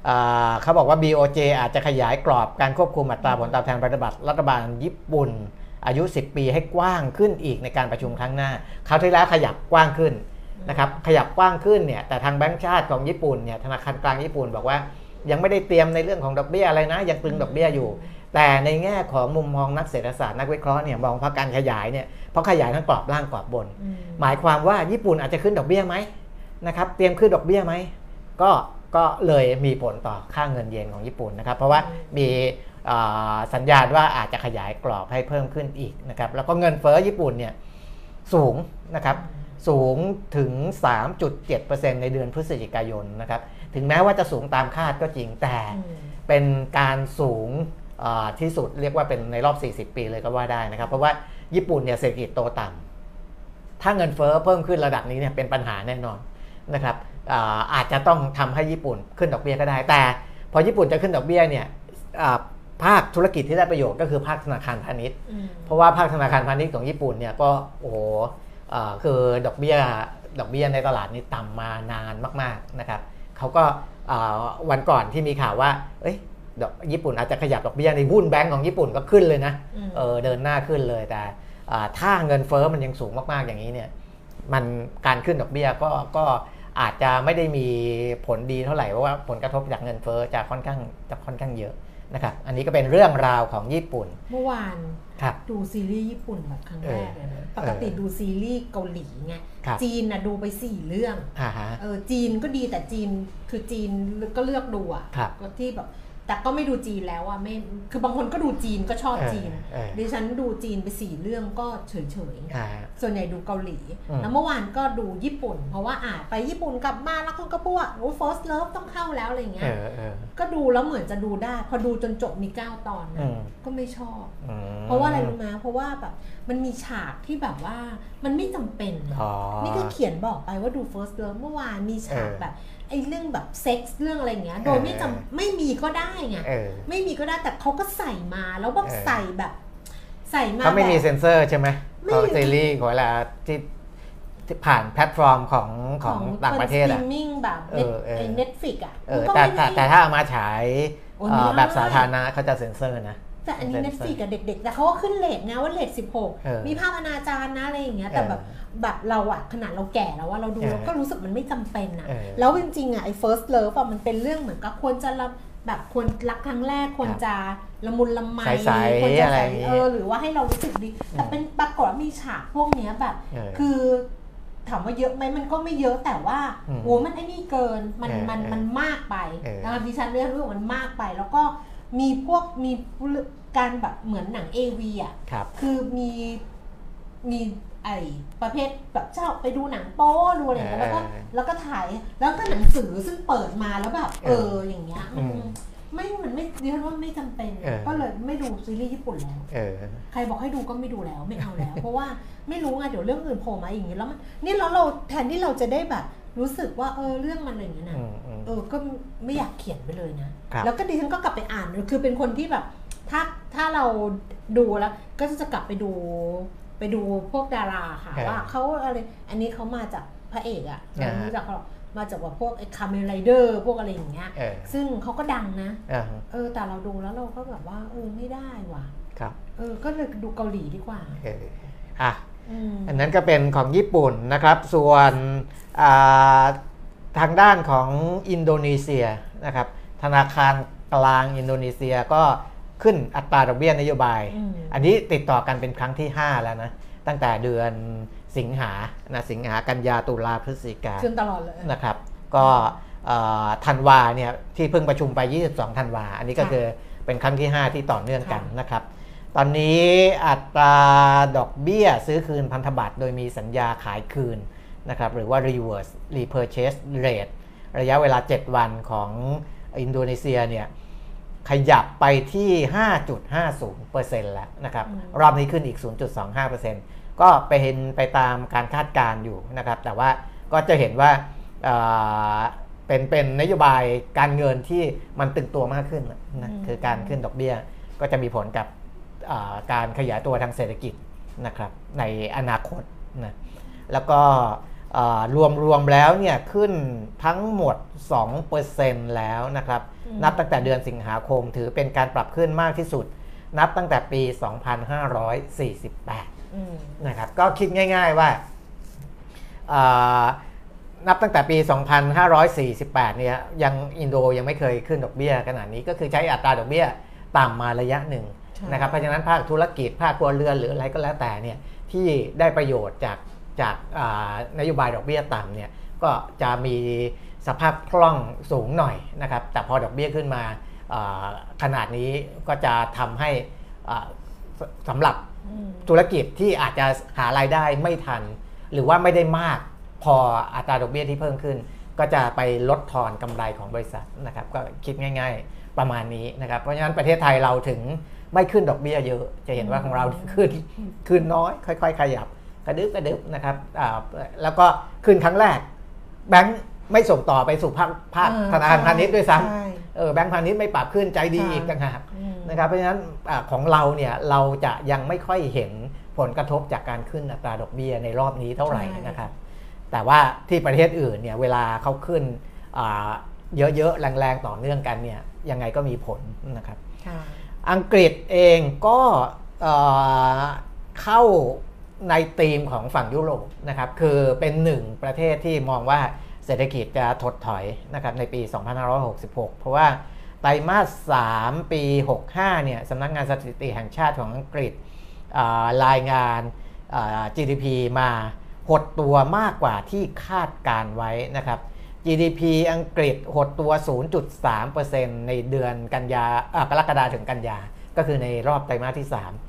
S3: เขาบอกว่า BOJ อาจจะขยายกรอบการควบคุมอัตราผลตอบแทนพันธบัตรรัฐบาลญี่ปุ่นอายุ10 ปีให้กว้างขึ้นอีกในการประชุมครั้งหน้าคราวที่แล้วขยับกว้างขึ้นนะครับขยับกว้างขึ้นเนี่ยแต่ทางแบงก์ชาติของญี่ปุ่นเนี่ยธนาคารกลางญี่ปุ่นบอกว่ายังไม่ได้เตรียมในเรื่องของดอกเบี้ยอะไรนะยังตรึงดอกเบี้ยอยู่แต่ในแง่ของมุมมองนักเศรษฐศาสตร์นักวิเคราะห์เนี่ยมองว่าการขยายเนี่ยเพราะขยายทั้งกรอบล่างกรอบบนหมายความว่าญี่ปุ่นอาจจะขึ้นดอกเบี้ยไหมนะครับเตรียมขึ้นดอกเบี้ยไหมก็เลยมีผลต่อค่าเงินเยนของญี่ปุ่นนะครับเพราะว่ามีสัญญาณว่าอาจจะขยายกรอบให้เพิ่มขึ้นอีกนะครับแล้วก็เงินเฟ้อญี่ปุ่นเนี่ยสูงนะครับสูงถึง 3.7% ในเดือนพฤศจิกายนนะครับถึงแม้ว่าจะสูงตามคาดก็จริงแต่เป็นการสูงที่สุดเรียกว่าเป็นในรอบ40 ปีเลยก็ว่าได้นะครับเพราะว่าญี่ปุ่นเนี่ยเศรษฐกิจโตต่ำถ้าเงินเฟ้อเพิ่มขึ้นระดับนี้เนี่ยเป็นปัญหาแน่นอนนะครับอาจจะต้องทำให้ญี่ปุ่นขึ้นดอกเบี้ยก็ได้แต่พอญี่ปุ่นจะขึ้นดอกเบี้ยเนี่ยภาคธุรกิจที่ได้ประโยชน์ก็คือภาคธนาคารพาณิชย์เพราะว่าภาคธนาคารพาณิชย์ของญี่ปุ่นเนี่ยก็โอ้โหคือดอกเบี้ยในตลาดนี้ต่ำมานานมากๆนะครับเขาก็วันก่อนที่มีข่าวว่าญี่ปุ่นอาจจะขยับดอกเบี้ยในหุ้นแบงก์ของญี่ปุ่นก็ขึ้นเลยนะเดินหน้าขึ้นเลยแต่ถ้าเงินเฟ้อมันยังสูงมากๆอย่างนี้เนี่ยมันการขึ้นดอกเบี้ยก็อาจจะไม่ได้มีผลดีเท่าไหร่เพราะว่าผลกระทบจากเงินเฟ้อจะค่อนข้างเยอะนะครับอันนี้ก็เป็นเรื่องราวของญี่ปุ่น
S2: เมื่อวานดูซีรีส์ญี่ปุ่นแบบครั้งแรกเลยนะปกติดูซีรีส์เกาหลีไงจีนดูไป4เรื่องจีนก็ดีแต่จีนคือจีนก็เลือกดูอ่ะก็ที่แบบแต่ก็ไม่ดูจีนแล้วอ่ะไม่คือบางคนก็ดูจีนก็ชอบจีนดิฉันดูจีนไป4เรื่องก็เฉยๆส่วนใหญ่ดูเกาหลีแล้วเมื่อวานก็ดูญี่ปุ่นเพราะว่าไปญี่ปุ่นกลับมาแล้วคนก็พูดว่าfirst love ต้องเข้าแล้วอะไรเงี้ยก็ดูแล้วเหมือนจะดูได้พอดูจนจบมี9 ตอนนะก็ไม่ชอบเพราะว่าอะไรรู้ไหมเพราะว่าแบบมันมีฉากที่แบบว่ามันไม่จำเป็นนี่ก็เขียนบอกไปว่าดู first love เมื่อวานมีฉากแบบไอ้เรื่องแบบเซ็กส์เรื่องอะไรเงี้ยโดยไม่มีก็ได้ไงไม่มีก็ได้แต่เขาก็ใส่มาแล้วแบบใส่มา
S3: เขาไม่มีเซ็นเซอร์ใช่ไหมเขาซีรีส์ของเวลาที่ผ่านแพลตฟอร์มของต่างประเทศอะสตรีม
S2: มิ่งแบบNetflix อะ
S3: แต่ถ้าเอามาฉายแบบสาธารณะเขาจะเซ็นเซอร์นะ
S2: แต่อันนี้ Netflix กับเด็กๆแต่เขาก็ขึ้นเรทนะว่าเรท16มีภาพอนาจารนะอะไรอย่างเงี้ยแต่แบบเราอะขนาดเราแก่แล้วว่าเราดูเราก็รู้สึกมันไม่จำเป็นอะแล้วจริงๆอะไอ้ first love อะมันเป็นเรื่องเหมือนกับควรจะแบบควรรักครั้งแรกควรจะละมุนละไมควรจะใส่หรือว่าให้เรารู้สึกดีแต่เป็นปรากฏว่ามีฉากพวกเนี้ยแบบคือถามว่าเยอะไหมมันก็ไม่เยอะแต่ว่าโอ้มันไอ้นี่เกินมันมากไปนะคะดิฉันเรื่องมันมากไปแล้วก็มีการแบบเหมือนหนัง AV อ่ะคือมีไอ้ประเภทแบบเจ้าไปดูหนังโป๊ดูอะไรแล้วก็ถ่ายแล้วก็หนังสือซึ่งเปิดมาแล้วแบบอย่างเงี้ยมันไม่ดิฉันว่าไม่จำเป็นก็เลยไม่ดูซีรีส์ญี่ปุ่นแล้วใครบอกให้ดูก็ไม่ดูแล้วไม่เอาแล้วเพราะว่าไม่รู้ไงเดี๋ยวเรื่องอื่นโผล่มาอย่างงี้แล้วนี่เราแทนที่เราจะได้แบบรู้สึกว่าเรื่องมันอะไรอย่างเงี้ยนะก็ไม่อยากเขียนไปเลยนะแล้วก็ดิฉันก็กลับไปอ่านคือเป็นคนที่แบบถ้าเราดูแล้วก็จะกลับไปดูพวกดาราค่ะว่าเขาอะไรอันนี้เขามาจากพระเอกอ่ะรู้จักเขามาจากว่าพวกไอ้คาเมนไรเดอร์พวกอะไรอย่างเงี้ยซึ่งเขาก็ดังนะแต่เราดูแล้วเราก็แบบว่าไม่ได้ว่ะก็เลยดูเกาหลีดีกว่า
S3: อันนั้นก็เป็นของญี่ปุ่นนะครับส่วนทางด้านของอินโดนีเซียนะครับธนาคารกลางอินโดนีเซียก็ขึ้นอัตราดอกเบี้ยนโยบายอันนี้ติดต่อกันเป็นครั้งที่5แล้วนะตั้งแต่เดือนสิงหากันยาตุลาพฤศจิกา
S2: ขึ้นตลอดเลย
S3: นะครับก็ธันวาเนี่ยที่เพิ่งประชุมไป22ธันวาอันนี้ก็คือเป็นครั้งที่5ที่ต่อเนื่องกันนะครับตอนนี้อัตราดอกเบี้ยซื้อคืนพันธบัตรโดยมีสัญญาขายคืนนะครับหรือว่า reverse repurchase rate ระยะเวลา7วันของอินโดนีเซียเนี่ยขยับไปที่ 5.50% แล้วนะครับรอบนี้ขึ้นอีก 0.25% ก็ไปตามการคาดการณ์อยู่นะครับแต่ว่าก็จะเห็นว่าเป็นนโยบายการเงินที่มันตึงตัวมากขึ้นนะคือการขึ้นดอกเบี้ยก็จะมีผลกับการขยายตัวทางเศรษฐกิจนะครับในอนาคตนะแล้วก็รวมแล้วเนี่ยขึ้นทั้งหมด 2% แล้วนะครับนับตั้งแต่เดือนสิงหาคมถือเป็นการปรับขึ้นมากที่สุดนับตั้งแต่ปี 2548 นะครับก็คิดง่ายๆว่านับตั้งแต่ปี 2548 เนี่ยยังอินโดยังไม่เคยขึ้นดอกเบี้ยขนาดนี้ก็คือใช้อัตราดอกเบี้ยต่ำมาระยะหนึ่งนะครับเพราะฉะนั้นภาคธุรกิจภาคครัวเรือนหรืออะไรก็แล้วแต่เนี่ยที่ได้ประโยชน์จากนโยบายดอกเบี้ยต่ำเนี่ยก็จะมีสภาพคล่องสูงหน่อยนะครับแต่พอดอกเบี้ยขึ้นมาขนาดนี้ก็จะทำให้สำหรับธุรกิจที่อาจจะหารายได้ไม่ทันหรือว่าไม่ได้มากพออัตราดอกเบี้ยที่เพิ่มขึ้นก็จะไปลดทอนกำไรของบริษัทนะครับก็คิดง่ายๆประมาณนี้นะครับเพราะฉะนั้นประเทศไทยเราถึงไม่ขึ้นดอกเบี้ยเยอะจะเห็นว่าของเราขึ้นน้อยค่อยๆขยับกระดึ๊บนะครับแล้วก็ขึ้นครั้งแรกแบงค์ไม่ส่งต่อไปสู่ภาคธนาคารพาณิชย์ด้วยซ้ำแบงค์พาณิชย์ไม่ปรับขึ้นใจดีอีกต่างหากนะครับเพราะฉะนั้นของเราเนี่ยเราจะยังไม่ค่อยเห็นผลกระทบจากการขึ้นอัตราดอกเบี้ยในรอบนี้เท่าไหร่นะครับแต่ว่าที่ประเทศอื่นเนี่ยเวลาเขาขึ้นเยอะๆแรงๆต่อเนื่องกันเนี่ยยังไงก็มีผลนะครับอังกฤษเองก็เข้าในธีมของฝั่งยุโรปนะครับคือเป็นหนึ่งประเทศที่มองว่าเศรษฐกิจจะถดถอยนะครับในปี 2566 เพราะว่าไตรมาส 3 ปี 65 เนี่ยสำนักงานสถิติแห่งชาติของอังกฤษรายงาน GDP มาหดตัวมากกว่าที่คาดการไว้นะครับ GDP อังกฤษหดตัว 0.3% ในเดือนกรกฎาคมถึงกันยาก็คือในรอบไตรมาสที่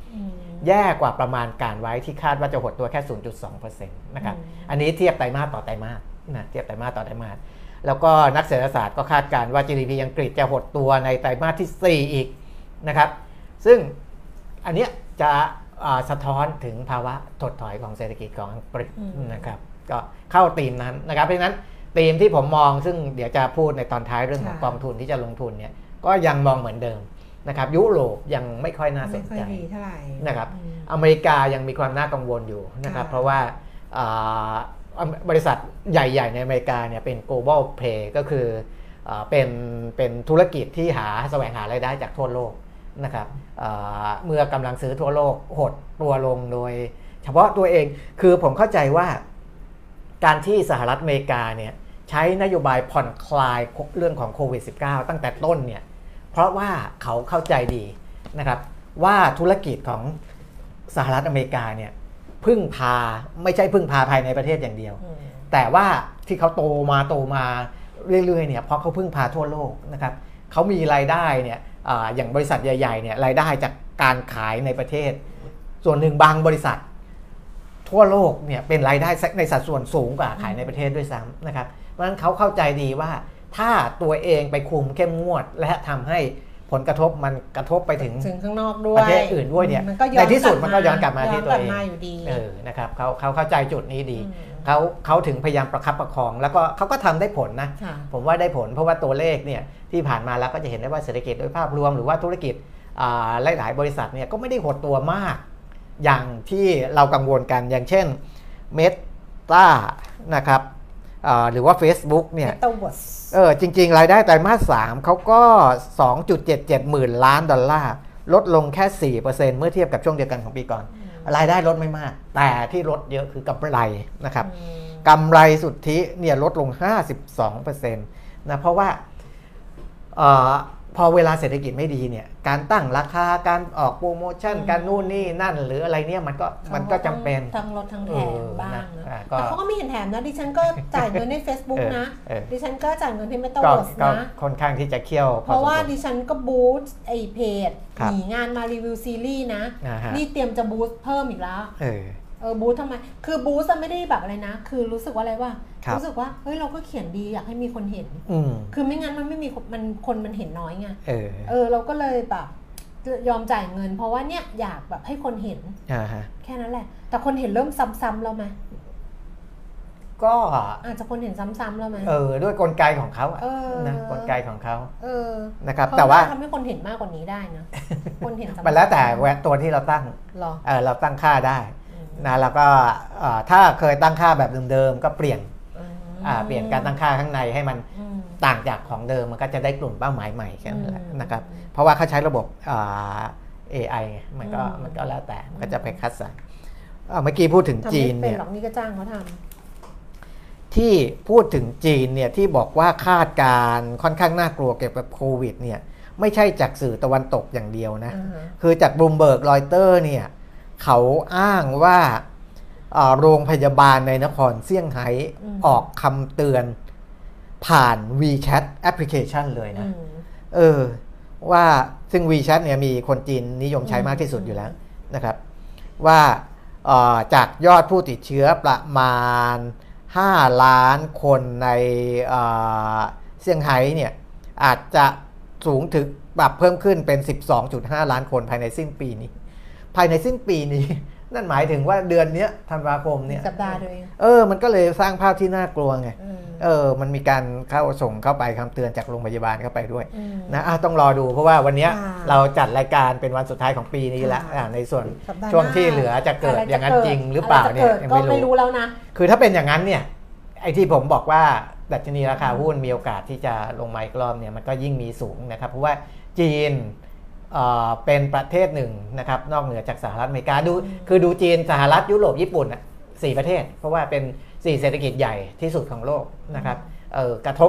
S3: 3 แย่กว่าประมาณการไว้ที่คาดว่าจะหดตัวแค่ 0.2% นะครับอันนี้เทียบไตรมาสต่อไตรมาสนะเทียบไตรมาสต่อไตรมาสแล้วก็นักเศรษฐศาสตร์ก็คาดการว่า GDP อังกฤษจะหดตัวในไตรมาสที่ 4 อีกนะครับซึ่งอันเนี้ยจะสะท้อนถึงภาวะถดถอยของเศรษฐกิจของอังกฤษนะครับก็เข้าธีมนั้นนะครับเพราะฉะนั้นธีมที่ผมมองซึ่งเดี๋ยวจะพูดในตอนท้ายเรื่องของกองทุนที่จะลงทุนเนี่ยก็ยังมองเหมือนเดิมนะครับยุโรปยังไม่ค่อยน่าสนใจนะครับอเมริกายังมีความน่ากังวลอยู่นะครับเพราะว่าบริษัทใหญ่ๆในอเมริกาเนี่ยเป็น global play ก็คือเป็นธุรกิจที่แสวงหารายได้จากทั่วโลกนะครับเมื่อกำลังซื้อทั่วโลกหดตัวลงโดยเฉพาะตัวเองคือผมเข้าใจว่าการที่สหรัฐอเมริกาเนี่ยใช้นโยบายผ่อนคลายเรื่องของโควิด -19 ตั้งแต่ต้นเนี่ยเพราะว่าเขาเข้าใจดีนะครับว่าธุรกิจของสหรัฐอเมริกาเนี่ยไม่ใช่พึ่งพาภายในประเทศอย่างเดียวแต่ว่าที่เขาโตมาเรื่อยๆเนี่ยเพราะเขาพึ่งพาทั่วโลกนะครับเขามีรายได้เนี่ยอย่างบริษัทใหญ่ๆเนี่ยรายได้จากการขายในประเทศส่วนหนึ่งบางบริษัททั่วโลกเนี่ยเป็นรายได้ในสัดส่วนสูงกว่าขายในประเทศด้วยซ้ำนะครับเพราะฉะนั้นเขาเข้าใจดีว่าถ้าตัวเองไปคุมเข้มงวดและทำให้ผลกระทบมันกระทบไปถึง
S2: ข้างนอกด้วย
S3: ประเทศอื่นด้วยเนี่ยในที่สุดมันก็ย้อนกลับมาที่ตัวเองนะครับเขาเข้าใจจุดนี้ดีเขาถึงพยายามประคับประคองแล้วก็เขาก็ทำได้ผลนะผมว่าได้ผลเพราะว่าตัวเลขเนี่ยที่ผ่านมาแล้วก็จะเห็นได้ว่าเศรษฐกิจโดยภาพรวมหรือว่าธุรกิจหลายบริษัทเนี่ยก็ไม่ได้หดตัวมากอย่างที่เรากังวลกันอย่างเช่น Meta นะครับหรือว่า Facebook เนี่ยจริงๆรายได้ไตรมาส 3เขาก็ 2.77 หมื่นล้านดอลลาร์ลดลงแค่ 4% เมื่อเทียบกับช่วงเดียวกันของปีก่อนรายได้ลดไม่มากแต่ที่ลดเยอะคือกำไรนะครับกำไรสุทธิเนี่ยลดลง 52% นะเพราะว่าพอเวลาเศรษฐกิจไม่ดีเนี่ยการตั้งราคาการออกโปรโมชั่นการนู่นนี่นั่นหรืออะไรเนี่ยมันก็จำเป็น
S2: ทั้งลดทั้งแถมบ้างนะแต่เขาก็มีเห็นแถมนะดิฉันก็จ่ายเงินใน Facebook นะดิฉันก็จ่ายเงินที่ Metaverse นะ
S3: ค่อนข้างที่จะเคี่ยว
S2: เพราะว่าดิฉันก็บูสต์ไอเพจหนีงานมารีวิวซีรีส์นะนี่เตรียมจะบูสต์เพิ่มอีกแล้วบูสทำไมคือบูสไม่ได้แบบอะไรนะคือรู้สึกว่าอะไรว่ารู้สึกว่าเฮ้ยเราก็เขียนดีอยากให้มีคนเห็นคือไม่งั้นมันไม่มีคนมันเห็นน้อยไงเราก็เลยแบบยอมจ่ายเงินเพราะว่าเนี่ยอยากแบบให้คนเห็นแค่นั้นแหละแต่คนเห็นเริ่มซ้ำๆแล้วไหม
S3: ก็
S2: อาจจะคนเห็นซ้ำๆแล้วไหม
S3: ด้วยกลไกของเขานะกลไกของเขานะครับ
S2: แต่ว่าทำให้คนเห็นมากกว่านี้ได้นะคนเห็นซ้ำๆ
S3: มันแล้วแต่ตัวที่เราตั้งเราตั้งค่าได้นะแล้วก็ถ้าเคยตั้งค่าแบบเดิมๆก็เปลี่ยนการตั้งค่าข้างในให้มันต่างจากของเดิมมันก็จะได้กลุ่มเป้าหมายใหม่แค่นั้นแหละนะครับเพราะว่าเขาใช้ระบบ AI ไงมันก็แล้วแต่มันก็จะไปคัดสรรเมื่อกี้พูดถึงจีนเนี่ย
S2: นี่ก็จ้างเขาทำ
S3: ที่พูดถึงจีนเนี่ยที่บอกว่าคาดการค่อนข้างน่ากลัวเกี่ยวกับโควิดเนี่ยไม่ใช่จากสื่อตะวันตกอย่างเดียวนะคือจากบลูมเบิร์กรอยเตอร์เนี่ยเขาอ้างว่าโรงพยาบาลในนครเซี่ยงไฮ้ออกคำเตือนผ่าน WeChat แอปพลิเคชันเลยนะว่าซึ่ง WeChat เนี่ยมีคนจีนนิยมใช้มากที่สุดอยู่แล้วนะครับว่าจากยอดผู้ติดเชื้อประมาณ5 ล้านคนในเซี่ยงไฮ้เนี่ยอาจจะสูงถึงปรับเพิ่มขึ้นเป็น 12.5 ล้านคนภายในสิ้นปีนี้นั่นหมายถึงว่าเดือนนี้ธันวาคมเนี่ย
S2: สัปดาห์ด้วย
S3: มันก็เลยสร้างภาพที่น่ากลัวไงมันมีการส่งเข้าไปคำเตือนจากโรงพยาบาลเข้าไปด้วยนะต้องรอดูเพราะว่าวันนี้เราจัดรายการเป็นวันสุดท้ายของปีนี้แล้วในส่วนช่วงที่เหลือจะเกิดอย่างนั้นจริงหรือเปล่าเนี่ย
S2: ก็ไม่รู้แล้วนะ
S3: คือถ้าเป็นอย่างนั้นเนี่ยไอ้ที่ผมบอกว่าดัชนีราคาหุ้นมีโอกาสที่จะลงมาอีกรอบเนี่ยมันก็ยิ่งมีสูงนะครับเพราะว่าจีนเป็นประเทศหนึ่งนะครับนอกเหนือจากสหรัฐอเมริกาดูจีนสหรัฐยุโรปญี่ปุ่น4 ประเทศเพราะว่าเป็น4เศรษฐกิจใหญ่ที่สุดของโลกนะครับกระทบ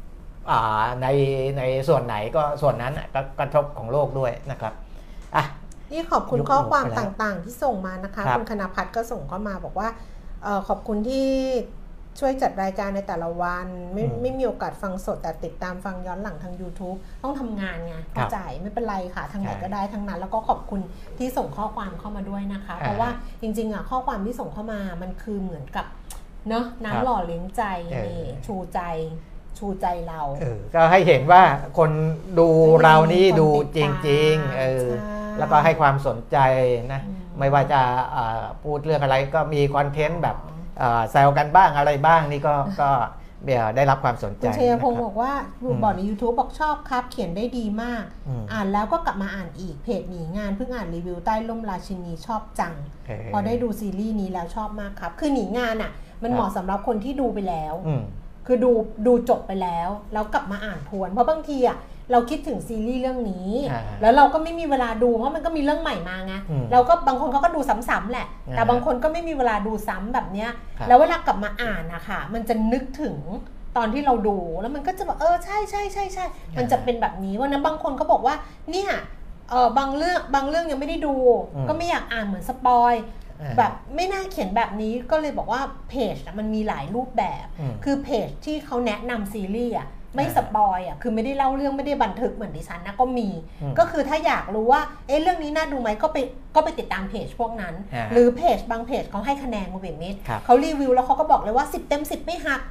S3: ในส่วนไหนก็ส่วนนั้นก็กระทบของโลกด้วยนะครับ
S2: นี่ขอบคุณข้อความต่างๆที่ส่งมานะคะคุณคณพัฒน์ก็ส่งเข้ามาบอกว่าขอบคุณที่ช่วยจัดรายการในแต่ละวันไม่มีโอกาสฟังสดแต่ติดตามฟังย้อนหลังทาง YouTube ต้องทำงานไงเข้าใจไม่เป็นไรค่ะทางไหนก็ได้ทั้งนั้นแล้วก็ขอบคุณที่ส่งข้อความเข้ามาด้วยนะคะเพราะว่าจริงๆข้อความที่ส่งเข้ามามันคือเหมือนกับเนาะน้ำหล่อเลี้ยงใจนี่ชูใจเรา
S3: ก็ให้เห็นว่าคนดูเรานี่ดูจริงๆแล้วก็ให้ความสนใจนะไม่ว่าจะพูดเรื่องอะไรก็มีคอนเทนต์แบบแซวกันบ้างอะไรบ้างนี่ก็ได้รับความสนใจ
S2: คุณชัยพงศ์บอกว่าบอกใน YouTube บอกชอบครับเขียนได้ดีมากอ่านแล้วก็กลับมาอ่านอีกเพจหนีงานเพิ่งอ่านรีวิวใต้ร่มราชินีชอบจังพอได้ดูซีรีส์นี้แล้วชอบมากครับคือหนีงานอ่ะมันเหมาะสำหรับคนที่ดูไปแล้วคือดูจบไปแล้วกลับมาอ่านทวนเพราะบางทีอ่ะเราคิดถึงซีรีส์เรื่องนี้แล้วเราก็ไม่มีเวลาดูเพราะมันก็มีเรื่องใหม่มาไงเราก็บางคนเขาก็ดูซ้ำๆแหละแต่บางคนก็ไม่มีเวลาดูซ้ำแบบเนี้ยแล้วเวลากลับมาอ่านนะคะมันจะนึกถึงตอนที่เราดูแล้วมันก็จะแบบใช่มันจะเป็นแบบนี้วันนั้นบางคนเขาบอกว่าเนี่ยบางเรื่องยังไม่ได้ดูก็ไม่อยากอ่านเหมือนสปอยแบบไม่น่าเขียนแบบนี้ก็เลยบอกว่าเพจมันมีหลายรูปแบบคือเพจที่เขาแนะนำซีรีส์ไม่สปอยคือไม่ได้เล่าเรื่องไม่ได้บันทึกเหมือนดิฉันนะก็มีก็คือถ้าอยากรู้ว่าเรื่องนี้น่าดูไหมก็ไปติดตามเพจพวกนั้นหรือเพจบางเพจเขาให้คะแนนคุณเบนมิตรเขารีวิวแล้วเขาก็บอกเลยว่า10 เต็ม 10ไม่หัก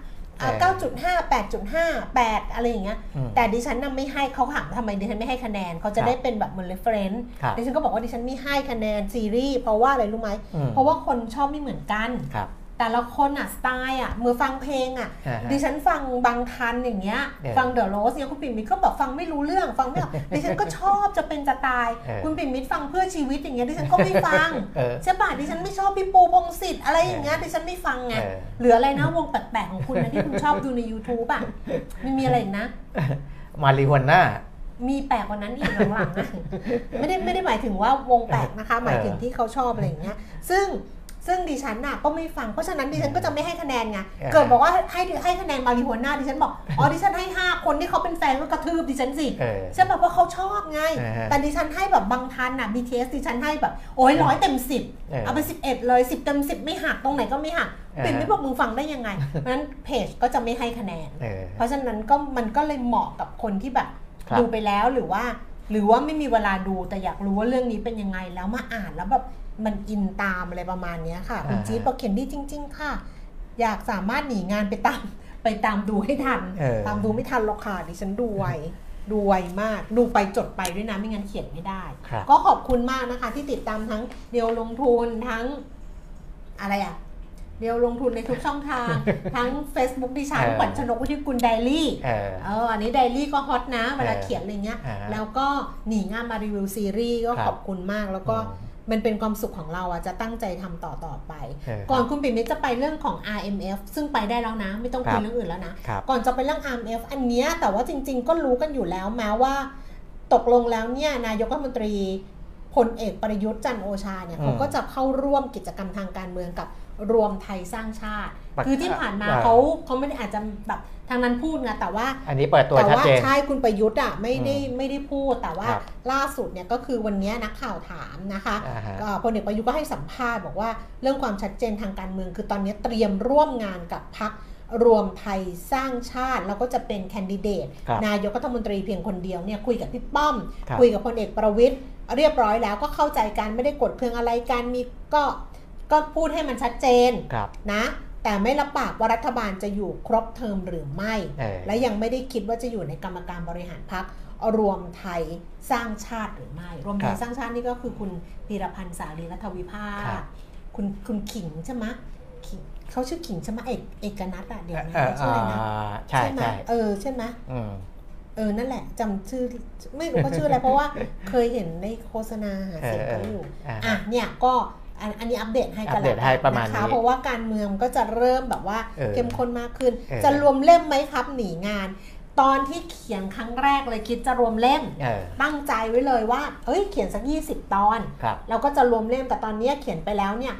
S2: 9.5 8.5 8อะไรอย่างเงี้ยแต่ดิฉันน่ะไม่ให้เขาถามทำไมดิฉันไม่ให้คะแนนเขาจะได้เป็นแบบเหมือน reference ดิฉันก็บอกว่าดิฉันไม่ให้คะแนนซีรีส์เพราะว่าอะไรรู้ไหมเพราะว่าคนชอบไม่เหมือนกันแต่ละคนสไตล์มือฟังเพลงดิฉันฟังบางทันอย่างเงี้ยฟังเดอะโรสเนี่ยคุณปิ่นมิตรก็บอกฟังไม่รู้เรื่องฟังไม่ออกดิฉันก็ชอบจะเป็นจะตายคุณปิ่นมิตรฟังเพื่อชีวิตอย่างเงี้ยดิฉันก็ไม่ฟังใช่ป่ะดิฉันไม่ชอบพี่ปูพงษ์สิทธิ์อะไรอย่างเงี้ยดิฉันไม่ฟังไงเหลืออะไรนะวงแปลกๆของคุณนะที่คุณชอบดูใน YouTube ไม่มีอะไรอีกนะ
S3: มาริฮวน่า
S2: มีแปลกกว่านั้นอีกหลังๆนะไม่ได้หมายถึงว่าวงแปลกนะคะหมายถึงที่เขาชอบอะไรอย่างเงี้ยซึ่งดิฉันก็ไม่ฟังเพราะฉะนั้นดิฉันก็จะไม่ให้คะแนนไงเกิดบอกว่าให้คะแนนมาริโฮน่าดิฉันบอกดิฉันให้5คนที่เขาเป็นแฟนก็กระทืบดิฉันสิใช่แบบว่าเขาชอบไงแต่ดิฉันให้แบบบางทันBTS ดิฉันให้แบบ100 เต็ม 10เอาไป11เลย10 เต็ม 10ไม่หักตรงไหนก็ไม่หักปิ่นไม่บอกมึงฟังได้ยังไงเพราะฉะนั้นเพจก็จะไม่ให้คะแนนเพราะฉะนั้นก็มันก็เลยเหมาะกับคนที่แบบดูไปแล้วหรือว่าไม่มีเวลาดูแต่อยากรู้ว่าเรื่องนี้เป็นยังไงแล้วมาอ่านแล้วแบบมันอินตามอะไรประมาณนี้ค่ะคุณจี๊ดบอกเขียนดีจริงๆค่ะอยากสามารถหนีงานไปตามดูให้ทันตามดูไม่ทันหรอกค่ะดิฉันดูไวมากดูไปจดไปด้วยนะไม่งั้นเขียนไม่ได้ก็ขอบคุณมากนะคะที่ติดตามทั้งเดียวลงทุนทั้งอะไรเดียวลงทุนในทุกช่องทางทั้ง Facebook ดิฉันขวัญชนกวุฒิกุลไดรี่อันนี้ไดรี่ก็ฮอตนะเวลาเขียนอะไรเงี้ยแล้วก็หนีงานมารีวิวซีรีส์ก็ขอบคุณมากแล้วก็มันเป็นความสุขของเราอะจะตั้งใจทำต่อไปก่อนคุณปิ่มนิดจะไปเรื่องของ RMF ซึ่งไปได้แล้วนะไม่ต้องคุยเรื่องอื่นแล้วนะก่อนจะไปเรื่อง RMF อันเนี้ยแต่ว่าจริงๆก็รู้กันอยู่แล้วแม้ว่าตกลงแล้วเนี่ยนายกรัฐมนตรีพลเอกประยุทธ์จันทร์โอชาเนี่ยเขาก็จะเข้าร่วมกิจกรรมทางการเมืองกับรวมไทยสร้างชาติคือที่ผ่านมาเขาไม่ได้อาจจะแบบทางนั้นพูดไงแต่ว่า
S3: อันนี้เปิดตัวชัดเจน
S2: ใช่คุณประยุทธ์อ่ะไม่ได้พูดแต่ว่าล่าสุดเนี่ยก็คือวันนี้นักข่าวถามนะคะพลเอกประยุทธ์ก็ให้สัมภาษณ์บอกว่าเรื่องความชัดเจนทางการเมืองคือตอนนี้เตรียมร่วมงานกับพรรครวมไทยสร้างชาติแล้วก็จะเป็นแคนดิเดตนายกรัฐมนตรีเพียงคนเดียวเนี่ยคุยกับพี่ป้อมคุยกับพลเอกประวิตรเรียบร้อยแล้วก็เข้าใจกันไม่ได้กดเคืองอะไรกันมีก็พูดให้มันชัดเจนนะแต่ไม่รับปากว่ารัฐบาลจะอยู่ครบเทอมหรือไม่และยังไม่ได้คิดว่าจะอยู่ในกรรมการบริหารพรรครวมไทยสร้างชาติหรือไม่รวมไทยสร้างชาตินี่ก็คือคุณธีรพันธ์สารีรัฐวิภาคคุณขิงใช่ไหมเขาชื่อขิงใช่ไหมเอกนัทอ่ะเดี๋ยวนะชื่ออะไรนะ
S3: ใช่ไหม
S2: ใช่ไหมนั่นแหละจำชื่อไม่รู้ว่าชื่ออะไรเพราะว่าเคยเห็นในโฆษณาหาเสียงเขาอยู่เนี่ยก็อันนี้อัปเดตให้กันแล้วนะคะเพราะว่าการเมืองก็จะเริ่มแบบว่าเข้มข้นมากขึ้นจะรวมเล่มไหมครับหนีงานตอนที่เขียนครั้งแรกเลยคิดจะรวมเล่มตั้งใจไว้เลยว่าเขียนสัก20 ตอนเราก็จะรวมเล่มแต่ตอนนี้เขียนไปแล้วเนี่ย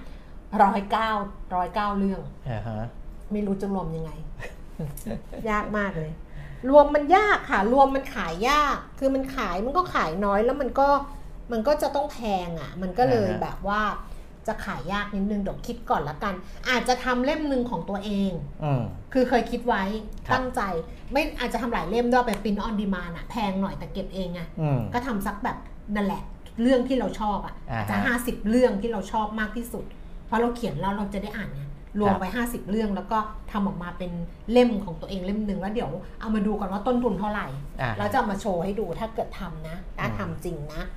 S2: 109 เรื่องไม่รู้จะรวมยังไง ยากมากเลยรวมมันยากค่ะรวมมันขายยากคือมันก็ขายน้อยแล้วมันก็จะต้องแพงอ่ะมันก็เลยแบบว่าจะขายยากนิดนึงเดี๋ยวคิดก่อนละกันอาจจะทำเล่มนึงของตัวเองคือเคยคิดไว้ตั้งใจไม่อาจจะทำหลายเล่มด้วยแบบปริ้นออนดีมานด์อ่ะแพงหน่อยแต่เก็บเองไงก็ทำสักแบบนั่นแหละเรื่องที่เราชอบอ่ะจะ50 เรื่องที่เราชอบมากที่สุดเพราะเราเขียนแล้วเราจะได้อ่านไงรวมไป50 เรื่องแล้วก็ทำออกมาเป็นเล่มของตัวเองเล่มนึงแล้วเดี๋ยวเอามาดูกันว่าต้นทุนเท่าไหร่แล้วจะเอามาโชว์ให้ดูถ้าเกิดทำนะถ้าทำจริงนะ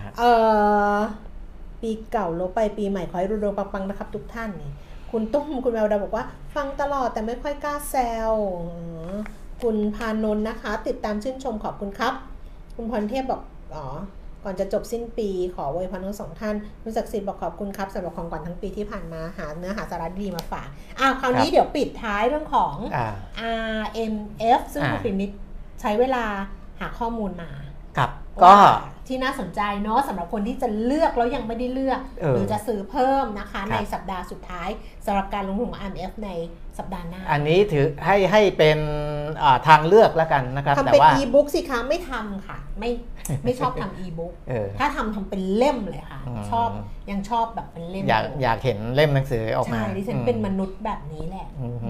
S2: ปีเก่าลบไปปีใหม่ขอให้รวยๆปังๆนะครับทุกท่านนี่คุณตุ้มคุณแววดาบอกว่าฟังตลอดแต่ไม่ค่อยกล้าแซวคุณพานนท์นะคะติดตามชื่นชมขอบคุณครับคุณพรเทพบอกก่อนจะจบสิ้นปีขออวยพรทั้งสองท่านคุณศักดิ์สิทธิ์บอกขอบคุณครับสำหรับของขวัญทั้งปีที่ผ่านมาหาเนื้อหาสาระดีมาฝากคราวนี้เดี๋ยวปิดท้ายเรื่องของ RMF ซึ่งคุณปิ่มนิดใช้เวลาหาข้อมูลมา
S3: ครับก็
S2: ที่น่าสนใจเนาะสำหรับคนที่จะเลือกแล้วยังไม่ได้เลือกหรือจะซื้อเพิ่มนะคะในสัปดาห์สุดท้ายสำหรับการลงทุนของ RMF ในสัปดาห์หน้า
S3: อันนี้ถือให้เป็นทางเลือกแล้วกันนะครับ
S2: ทำเป็นอีบุ๊กสิคะไม่ทำค่ะไม่ชอบทำอีบุ๊กถ้าทำเป็นเล่มเลยค่ะยังชอบแบบเป็นเล่ม
S3: อยากเห็นเล่มหนังสือออกมา
S2: ใช่ดิฉันเป็นมนุษย์แบบนี้แหละ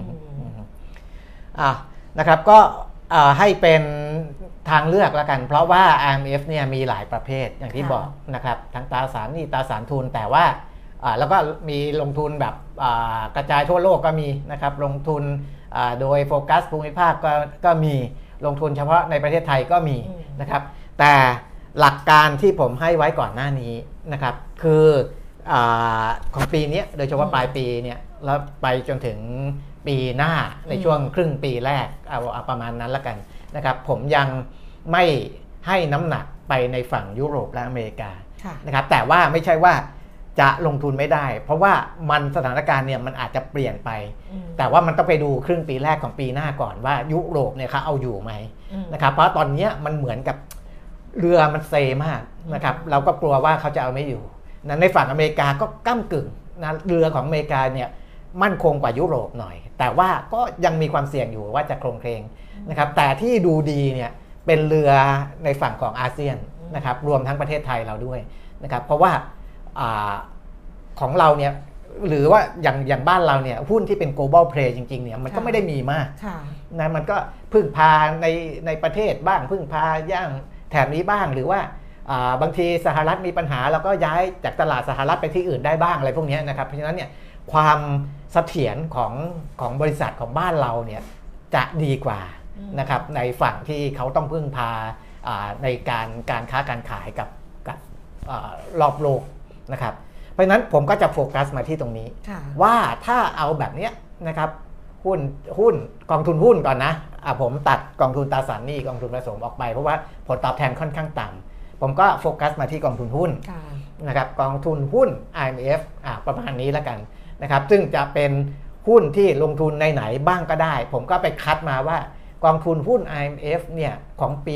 S3: นะครับก็ให้เป็นทางเลือกแล้วกันเพราะว่า RMF เนี่ยมีหลายประเภทอย่างที่บอกนะครับทั้งตราสารหนี้ตราสารทุนแต่ว่าแล้วก็มีลงทุนแบบกระจายทั่วโลกก็มีนะครับลงทุนโดยโฟกัสภูมิภาคก็มีลงทุนเฉพาะในประเทศไทยก็มีนะครับแต่หลักการที่ผมให้ไว้ก่อนหน้านี้นะครับคือของปีนี้โดยเฉพาะปลายปีเนี่ยแล้วไปจนถึงปีหน้าในช่วงครึ่งปีแรกเอาประมาณนั้นแล้วกันนะครับผมยังไม่ให้น้ำหนักไปในฝั่งยุโรปและอเมริกานะครับแต่ว่าไม่ใช่ว่าจะลงทุนไม่ได้เพราะว่าสถานการณ์เนี่ยมันอาจจะเปลี่ยนไปแต่ว่ามันต้องไปดูครึ่งปีแรกของปีหน้าก่อนว่ายุโรปเนี่ยเขาเอาอยู่ไหมนะครับเพราะตอนนี้มันเหมือนกับเรือมันเซมากนะครับเราก็กลัวว่าเขาจะเอาไม่อยู่ในฝั่งอเมริกาก็ก้ำกึ่งนะเรือของอเมริกาเนี่ยมั่นคงกว่ายุโรปหน่อยแต่ว่าก็ยังมีความเสี่ยงอยู่ว่าจะโครงเคลงนะครับแต่ที่ดูดีเนี่ยเป็นเรือในฝั่งของอาเซียนนะครับรวมทั้งประเทศไทยเราด้วยนะครับเพราะว่าของเราเนี่ยหรือว่าอย่างบ้านเราเนี่ยหุ้นที่เป็น global play จริงๆเนี่ยมันก็ไม่ได้มีมากนะมันก็พึ่งพาในประเทศบ้างพึ่งพาย่างแถบนี้บ้างหรือว่าบางทีสหรัฐมีปัญหาเราก็ย้ายจากตลาดสหรัฐไปที่อื่นได้บ้างอะไรพวกนี้นะครับเพราะฉะนั้นเนี่ยความเสถียรของบริษัทของบ้านเราเนี่ยจะดีกว่านะครับในฝั่งที่เขาต้องพึ่งพาในการค้าการขายกับรอบโลกนะครับเพราะฉะนั้นผมก็จะโฟกัสมาที่ตรงนี้ว่าถ้าเอาแบบนี้นะครับหุ้นกองทุนหุ้นก่อนนะผมตัดกองทุนตราสารหนี้กองทุนผสมออกไปเพราะว่าผลตอบแทนค่อนข้างต่ำผมก็โฟกัสมาที่กองทุนหุ้นนะครับกองทุนหุ้น IMF ประมาณนี้แล้วกันนะครับซึ่งจะเป็นหุ้นที่ลงทุนในไหนบ้างก็ได้ผมก็ไปคัดมาว่ากองทุนหุ้น IMF เนี่ยของปี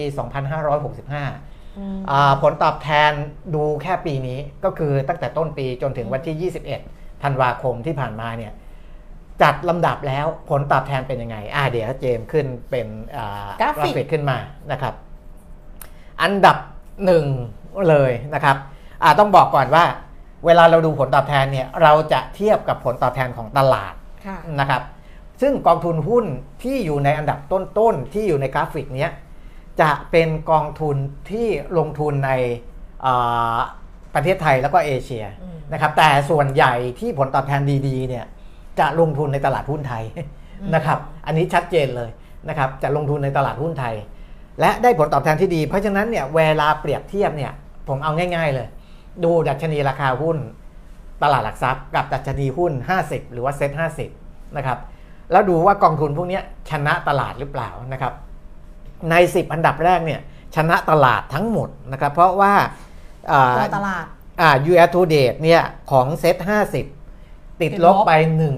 S3: 2565ผลตอบแทนดูแค่ปีนี้ก็คือตั้งแต่ต้นปีจนถึงวันที่ 21 ธันวาคมที่ผ่านมาเนี่ยจัดลำดับแล้วผลตอบแทนเป็นยังไงเดี๋ยวเจมขึ้นเป็นกราฟิกขึ้นมานะครับอันดับ1เลยนะครับต้องบอกก่อนว่าเวลาเราดูผลตอบแทนเนี่ยเราจะเทียบกับผลตอบแทนของตลาดนะครับซึ่งกองทุนหุ้นที่อยู่ในอันดับต้นๆที่อยู่ในกราฟิกนี้จะเป็นกองทุนที่ลงทุนในประเทศไทยแล้วก็เอเชียนะครับแต่ส่วนใหญ่ที่ผลตอบแทนดีๆเนี่ยจะลงทุนในตลาดหุ้นไทยนะครับอันนี้ชัดเจนเลยนะครับจะลงทุนในตลาดหุ้นไทยและได้ผลตอบแทนที่ดีเพราะฉะนั้นเนี่ยเวลาเปรียบเทียบเนี่ยผมเอาง่ายๆเลยดูดัชนีราคาหุ้นตลาดหลักทรัพย์กับดัชนีหุ้น50หรือว่าเซ็ต50นะครับแล้วดูว่ากองทุนพวกนี้ชนะตลาดหรือเปล่านะครับใน10อันดับแรกเนี่ยชนะตลาดทั้งหมดนะครับเพราะว่า
S2: ตลาด
S3: year to date เนี่ยของเซ็ต50ติดลบไป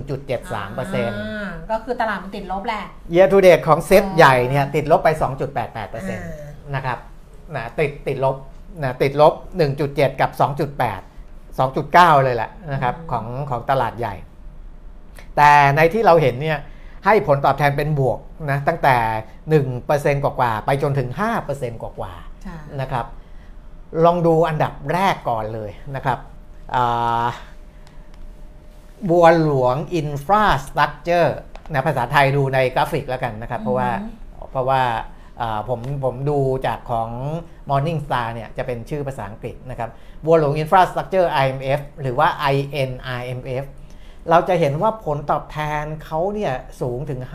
S3: 1.73%
S2: ก็คือตลาดมันติดลบแหละ
S3: year to date ของเซ็ตใหญ่เนี่ยติดลบไป 2.88% นะครับติดลบติดลบ 1.7 กับ 2.8 2.9 เลยแหละนะครับของตลาดใหญ่แต่ในที่เราเห็นเนี่ยให้ผลตอบแทนเป็นบวกนะตั้งแต่ 1% กว่าไปจนถึง 5% กว่านะครับลองดูอันดับแรกก่อนเลยนะครับบัวหลวงอินฟราสตรัคเจอร์นะภาษาไทยดูในกราฟิกแล้วกันนะครับเพราะว่าผมดูจากของ Morningstar เนี่ยจะเป็นชื่อภาษาอังกฤษนะครับบัวหลวงอินฟราสตรัคเจอร์ IMF หรือว่า INRMF เราจะเห็นว่าผลตอบแทนเขาเนี่ยสูงถึง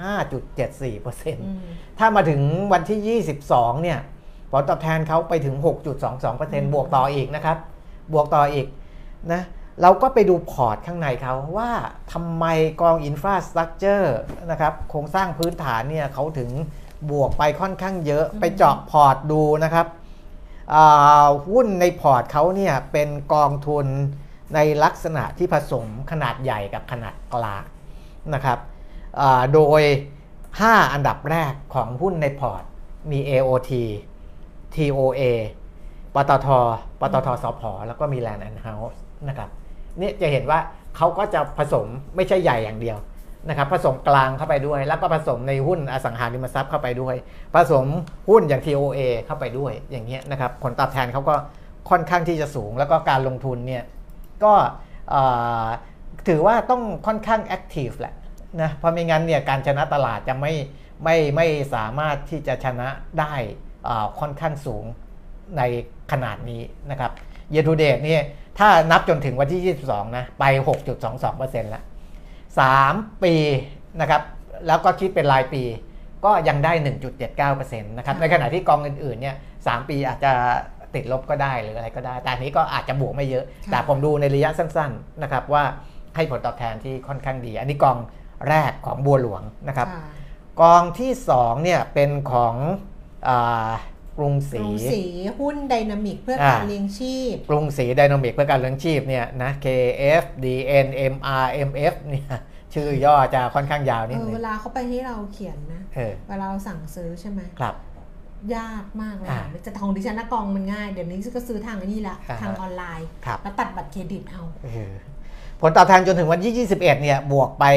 S3: 5.74% ถ้ามาถึงวันที่ 22 เนี่ยผลตอบแทนเขาไปถึง 6.22% บวกต่ออีกนะครับบวกต่ออีกนะเราก็ไปดูพอร์ตข้างในเขาว่าทำไมกองอินฟราสตรัคเจอร์นะครับโครงสร้างพื้นฐานเนี่ยเขาถึงบวกไปค่อนข้างเยอะไปเจาะพอร์ตดูนะครับหุ้นในพอร์ตเขาเนี่ยเป็นกองทุนในลักษณะที่ผสมขนาดใหญ่กับขนาดกลางนะครับโดย5อันดับแรกของหุ้นในพอร์ตมี AOT TOA ปตทสผแล้วก็มี Land and House นะครับนี่จะเห็นว่าเขาก็จะผสมไม่ใช่ใหญ่อย่างเดียวนะครับผสมกลางเข้าไปด้วยแล้วก็ผสมในหุ้นอสังหาริมทรัพย์เข้าไปด้วยผสมหุ้นอย่าง TOA เข้าไปด้วยอย่างเงี้ยนะครับผลตอบแทนเขาก็ค่อนข้างที่จะสูงแล้วก็การลงทุนเนี่ยก็ถือว่าต้องค่อนข้างแอคทีฟแหละนะเพราะไม่งั้นเนี่ยการชนะตลาดจะไม่สามารถที่จะชนะได้ค่อนข้างสูงในขนาดนี้นะครับ year to date นี่ถ้านับจนถึงวันที่22นะไป 6.22% ละ3 ปีนะครับแล้วก็คิดเป็นรายปีก็ยังได้ 1.79% นะครับในขณะที่กองอื่นๆเนี่ย3ปีอาจจะติดลบก็ได้หรืออะไรก็ได้แต่อันนี้ก็อาจจะบวกไม่เยอะแต่ผมดูในระยะสั้นๆนะครับว่าให้ผลตอบแทนที่ค่อนข้างดีอันนี้กองแรกของบัวหลวงนะครับกองที่2เนี่ยเป็นของกรุงศรี
S2: หุ้นไดนามิกเพื่อการเลี้ยงชีพ
S3: กรุงศรีไดนามิกเพื่อการเลี้ยงชีพเนี่ยนะ KFDN MRMF เนี่ยชื่อย่อจะค่อนข้างยาวนิดนึง
S2: เวลาเขาไปให้เราเขียนนะเวลาเราสั่งซื้อใช่ไหม
S3: ครับ
S2: ยากมากเลยจะของดิฉันนะกองมันง่ายเดี๋ยวนี้ก็ซื้อทางนี้ละทางออนไลน์แล้วตัดบัตรเครดิตเอา
S3: ผลตอบแทนจนถึงวันที่21เนี่ยบวกไป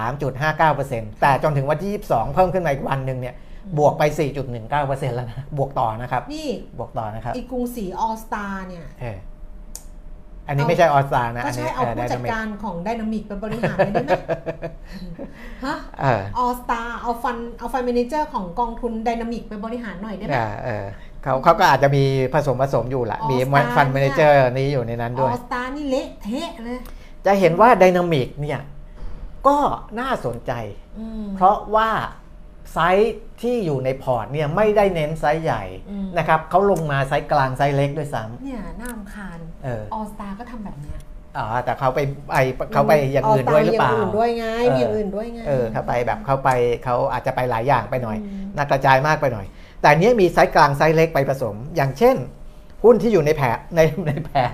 S3: 3.59% แต่จนถึงวันที่22เพิ่มขึ้นมาอีกวันนึงเนี่ยบวกไป 4.19% แล้วนะบวกต่อนะครับ
S2: นี่
S3: บวกต่อนะครับ
S2: อีกรุงศรีออสตาเนี่ย
S3: อันนี้ไม่ใช่ออสตานะ
S2: ก็ใช่เอาผู้จัดการของไดนามิกไปบริหารได้ไหมฮะออสตาเอาฟันแมเนเจอร์ของกองทุนไดนามิกไปบริหารหน่อยได้ไหม
S3: เขาก็อาจจะมีผสมอยู่แหละมีฟันแมเนเจอร์นี้อยู่ในนั้นด้วย
S2: ออสตานี่เละเทะเลย
S3: จะเห็นว่าไดนามิกเนี่ยก็น่าสนใจเพราะว่าไซส์ที่อยู่ในพอร์ตเนี่ยไม่ได้เน้นไซส์ใหญ่นะครับเขาลงมาไซส์กลางไซส์เล็กด้วยซ้ำ
S2: เนี่ยน่ารำคาญออสตาก็ทำแบบเนี้ย
S3: แต่เขาไปอย่างอื่นด้วยหรือเปล่า
S2: อย่างอื่นด้วยไงอย่างอื่นด้วยไง
S3: เขาไปแบบเขาอาจจะไปหลายอย่างไปหน่อยน่ากระจายมากไปหน่อยแต่เนี้ยมีไซส์กลางไซส์เล็กไปผสมอย่างเช่นหุ้นที่อยู่ในแผนในพอร์ต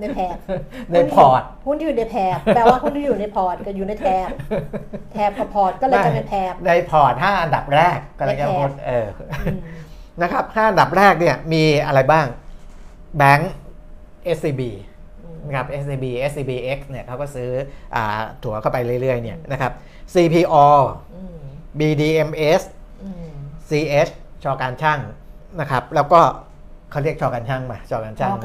S2: หุ้นที่อยู่ในแถบแปลว่าหุ้นที่อยู่ในพอร์ตก็อยู่ในแถบกับพอร์ตก็เลยจะเป็นแถบ
S3: ในพอร์ต5อันดับแรกก็เลยจะพูดนะครับ5อันดับแรกเนี่ยมีอะไรบ้างแบงก์ SCB นะครับ SCBX เนี่ยเขาก็ซื้อตั๋วเข้าไปเรื่อยๆเนี่ยนะครับ CPO BDMs CH ชอการช่างนะครับแล้วก็เขาเรียกชอการช่างมาชอการช่าง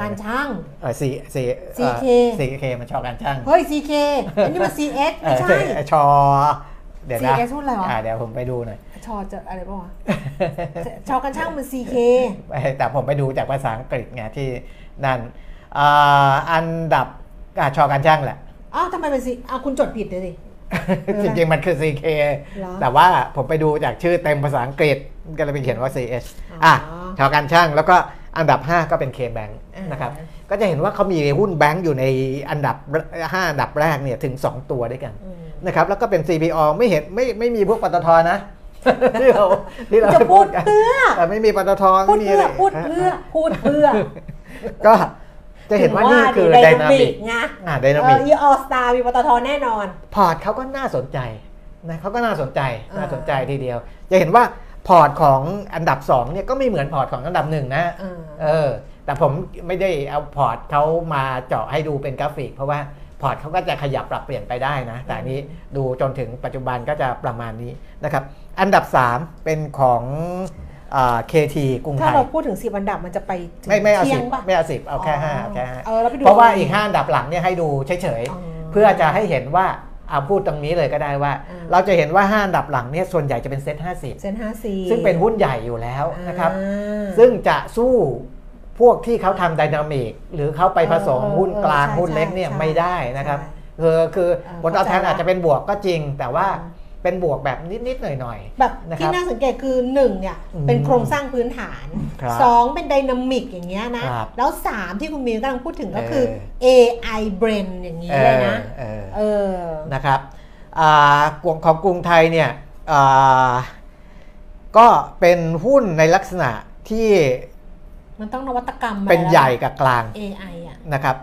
S3: CK มันชอการช่าง
S2: เฮ้ย CK อันนี้มัน CH ไม่ใช่
S3: ชอเดี๋ยวนะ
S2: CH พูดอะไรวะ
S3: เดี๋ยวผมไปดูหน่อย
S2: ชอจะอะไรป่าววะชอการช่างมัน CK
S3: แต่ผมไปดูจากภาษาอังกฤษไงที่นั่นอันดับชอการช่างแหละ
S2: อ้าวทำไมเป็นคุณจดผิดเลยสิ
S3: จริงๆมันคือ CK แต่ว่าผมไปดูจากชื่อเต็มภาษาอังกฤษก็เลยไปเขียนว่า CH ชอการช่างแล้วก็อันดับ5ก็เป็น K-Bank นะครับก็จะเห็นว่าเขามีหุ้นแบงก์อยู่ในอันดับ5อันดับแรกเนี่ยถึง2ตัวด้วยกันนะครับแล้วก็เป็น CPO ไม่มีพวกปตทนะที่เรา
S2: จะพูดเพื่อ
S3: แต่ไม่มีปตท
S2: พูดเพื่อ
S3: ก็จะเห็นว่านี่คือไดนามิก
S2: ไง
S3: ไดนามิก
S2: ออสตาร์มีปตทแน่นอน
S3: พอร์ตเขาก็น่าสนใจนะเขาก็น่าสนใจทีเดียวจะเห็นว่าพอร์ตของอันดับ2เนี่ยก็ไม่เหมือนพอร์ตของอันดับ1นะแต่ผมไม่ได้เอาพอร์ตเขามาเจาะให้ดูเป็นกราฟิกเพราะว่าพอร์ตเขาก็จะขยับปรับเปลี่ยนไปได้นะแต่นี้ดูจนถึงปัจจุบันก็จะประมาณนี้นะครับอันดับ3เป็นของKT กรุงไทย
S2: ถ้าเราพูดถึง10อันดับมันจะไป
S3: ไม่เอา10ไม่เอา10เอาแค่5เพราะว่าอีก5อันดับหลังเนี่ยให้ดูเฉยๆเพื่อจะให้เห็นว่าเอาพูดตรงนี้เลยก็ได้ว่าเราจะเห็นว่า5อันดับหลังเนี่ยส่วนใหญ่จะเป็นเซ็ต50ซึ่งเป็นหุ้นใหญ่อยู่แล้วนะครับซึ่งจะสู้พวกที่เขาทำไดนามิกหรือเขาไปผสมหุ้นกลางหุ้นเล็กเนี่ยไม่ได้นะครับคือผลตอบแทนอาจจะเป็นบวกก็จริงแต่ว่าเป็นบวกแบบนิดๆหน่อย
S2: ๆแบบที่น่าสังเกตคือ1เนี่ยเป็นโครงสร้างพื้นฐาน2เป็นไดนามิกอย่างเงี้ยนะแล้ว3ที่คุณมีกำลังพูดถึงก็คือ AI Brain อย่างนี้เลยนะ
S3: นะครับของกรุงไทยเนี่ยก็เป็นหุ้นในลักษณะที่
S2: มันต้องนวัตกรรม
S3: เป็นใหญ่กับกลาง
S2: AI อ่ะ
S3: นะครับ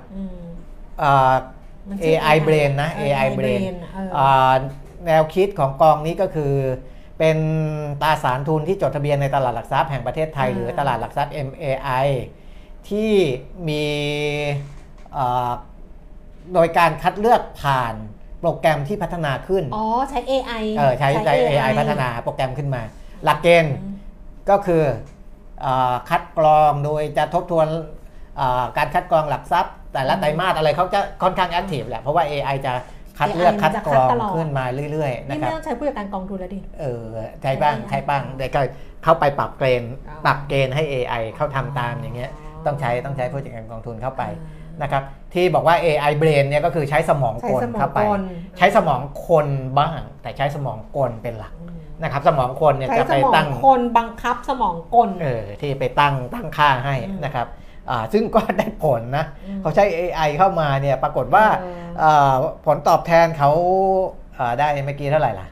S3: AI Brain นะ AI Brain แนวคิดของกองนี้ก็คือเป็นตราสารทุนที่จดทะเบียนในตลาดหลักทรัพย์แห่งประเทศไทยหรือตลาดหลักทรัพย์ MAI ที่มีโดยการคัดเลือกผ่านโปรแกรมที่พัฒนาขึ้น
S2: ใช้ AI
S3: ใช้ AI พัฒนาโปรแกรมขึ้นมาหลักเกณฑ์ก็คือคัดกรองโดยจะทบทวนการคัดกรองหลักทรัพย์แต่ละไตรมาสอะไรเขาจะค่อนข้างแอคทีฟแหละเพราะว่า AI จะคัดเลือกคัดกรองขึ้นมาเรื่อยๆนะครับ
S2: นี่ไม่ต้องใช้ผู้จัดการกองทุนแล้วดิ
S3: ใช้บ้างแต่ก็เข้าไปปรับเกณฑ์ให้ AI เข้าทำตามอย่างเงี้ยต้องใช้ผู้จัดการกองทุนเข้าไปนะครับที่บอกว่า AI Brain เนี่ยก็คือใช้สมองกลเข้าไปใช้สมองคนบ้างแต่ใช้สมองกลเป็นหลักนะครับสมองคนเนี่ยจะไปตั้ง
S2: คนบังคับสมองกล
S3: ที่ไปตั้งค่าให้นะครับซึ่งก็ได้ผลนะเขาใช้ AI เข้ามาเนี่ยปรากฏว่าผลตอบแทนเขาได้เมื่อกี้เท่าไหร่ล่ะ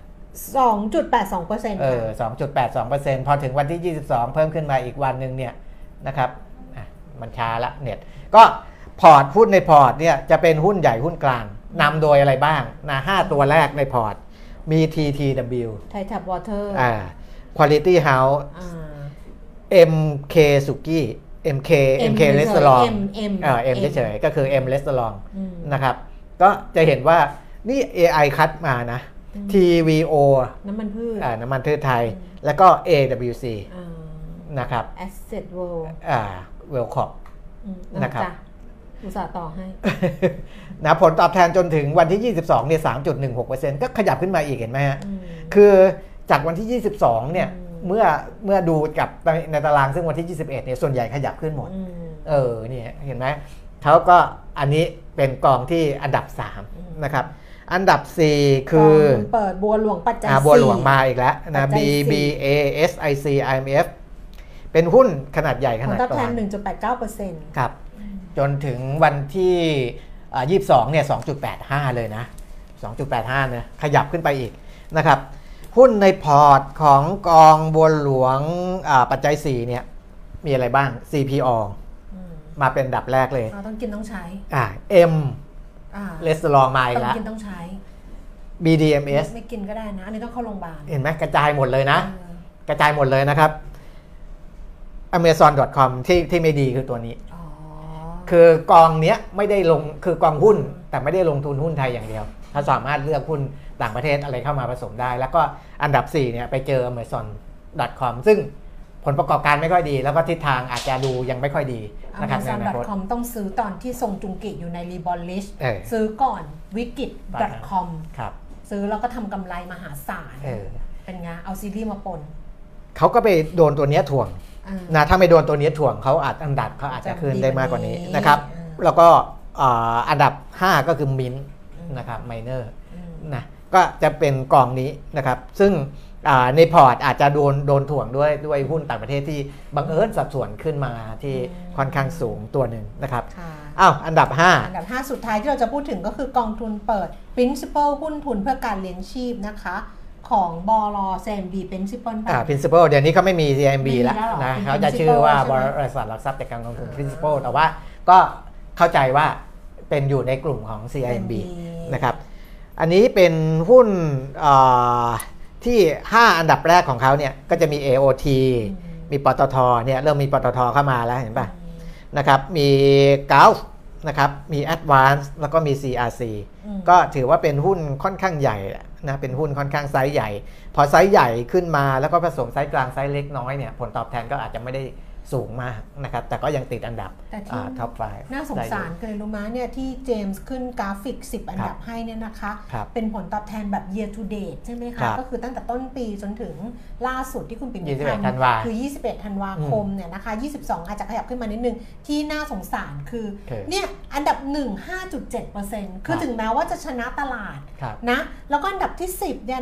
S2: 2.82%
S3: 2.82% พอถึงวันที่22เพิ่มขึ้นมาอีกวันนึงเนี่ยนะครับมันช้าละเน็ตก็พอร์ตหุ้นในพอร์ตเนี่ยจะเป็นหุ้นใหญ่หุ้นกลางนำโดยอะไรบ้างนะ5ตัวแรกในพอร์ตมี TTW
S2: Thai Water
S3: Quality House MK Suki MK Restaurant Mเฉยๆก็คือ M Restaurant นะครับก็จะเห็นว่านี่ AI คัดมานะ TVO
S2: น้ำมัน
S3: พืชไทยแล้วก็ AWC นะครับ
S2: Asset World
S3: Wellcop นะครับ
S2: อุตส่าห์ต่อให้
S3: นะผลตอบแทนจนถึงวันที่22เนี่ย 3.16% ก็ขยับขึ้นมาอีกเห็นไหมฮะคือจากวันที่22เนี่ยเมื่อดูกับในตารางซึ่งวันที่21เนี่ยส่วนใหญ่ขยับขึ้นหมดนี่เห็นไหมเขาก็อันนี้เป็นกองที่อันดับ3นะครับอันดับ4คือ
S2: เปิดบัวหลวงปัจจัย4
S3: บัวหลวงมาอีกแล้วนะ BBA SIC IMF เป็นหุ้นขนาดใหญ่ขนาด
S2: ตอบแทน 1.89%
S3: ครับจนถึงวันที่22เนี่ย 2.85 เลยนะ 2.85 นะขยับขึ้นไปอีกนะครับหุ้นในพอร์ตของกองบัวหลวงปัจจัย4เนี่ยมีอะไรบ้าง CPO มาเป็นอันดับแรกเลย
S2: ต้องกินต้องใช้
S3: M เลสเตอรอลมาอีกแล้ว
S2: ต้องกินต้องใช้
S3: BDMs
S2: ไม่กินก็ได้นะอันนี้ต้องเข้าโรงพยาบาล
S3: เห็นไหมกระจายหมดเลยนะกระจายหมดเลยนะครับ Amazon.com ที่ไม่ดีคือตัวนี้คือกองเนี้ยไม่ได้ลงคือกองหุ้นแต่ไม่ได้ลงทุนหุ้นไทยอย่างเดียวถ้าสามารถเลือกหุ้นต่างประเทศอะไรเข้ามาผสมได้แล้วก็อันดับ4เนี่ยไปเจอ Amazon.com ซึ่งผลประกอบการไม่ค่อยดีแล้วก็ทิศทางอาจจะดูยังไม่ค่อยดีนะครับ
S2: Amazon.com ต้องซื้อตอนที่ทรงจุงกิอยู่ในรีบอลลิชซื้อก่อนวิกฤต .com ซื้อแล้วก็ทำกำไรมหาศาลเป็นไงเอาซีรีส์มาปน
S3: เขาก็ไปโดนตัวนี้ถ่วงนะถ้าไม่โดนตัวนี้ถ่วงเขาอันดับเขาอาจจะขึ้นได้มากกว่านี้นะครับแล้วก็อันดับ5ก็คือมินนะครับไมเนอร์นะก็จะเป็นกองนี้นะครับซึ่งในพอร์ตอาจจะโดนถ่วงด้วยหุ้นต่างประเทศที่บังเอิญสัดส่วนขึ้นมาที่ค่อนข้างสูงตัวหนึ่งนะครับอันดับ
S2: 5สุดท้ายที่เราจะพูดถึงก็คือกองทุนเปิด Principal หุ้นทุนเพื่อการเลี้ยงชีพนะคะของบล. CMB Principal
S3: Principal เดี๋ยวนี้เขาไม่มี CMB แล้วนะเขาจะชื่อว่าบริษัทหลักทรัพย์จัดการกองทุน Principal แต่ว่าก็เข้าใจว่าเป็นอยู่ในกลุ่มของ CMB นะครับอันนี้เป็นหุ้นที่5อันดับแรกของเขาเนี่ยก็จะมี AOT มีปตทเนี่ยเริ่มมีปตทเข้ามาแล้วเห็นป่ะนะครับมี Gulf นะครับมี Advance แล้วก็มี CRC ก็ถือว่าเป็นหุ้นค่อนข้างใหญ่นะเป็นหุ้นค่อนข้างไซส์ใหญ่พอไซส์ใหญ่ขึ้นมาแล้วก็ผสมไซส์กลางไซส์เล็กน้อยเนี่ยผลตอบแทนก็อาจจะไม่ได้สูงมากนะครับแต่ก็ยังติดอันดับท็อป5
S2: น่าสงสารเกินรู้มั้ยเนี่ยที่เจมส์ขึ้นกราฟิก10อันดับให้เนี่ยนะคะเป็นผลตอบแทนแบบ year to date ใช่ไหมคะก็คือตั้งแต่ต้นปีจนถึงล่าสุดที่คุณปิ่นทำคือ21ธันวาคมเนี่ยนะคะ22อาจจะขยับขึ้นมานิดนึงที่น่าสงสารคือเนี่ยอันดับ1 5.7% คือถึงแม้ว่าจะชนะตลาดนะแล้วก็อันดับที่10เนี่ย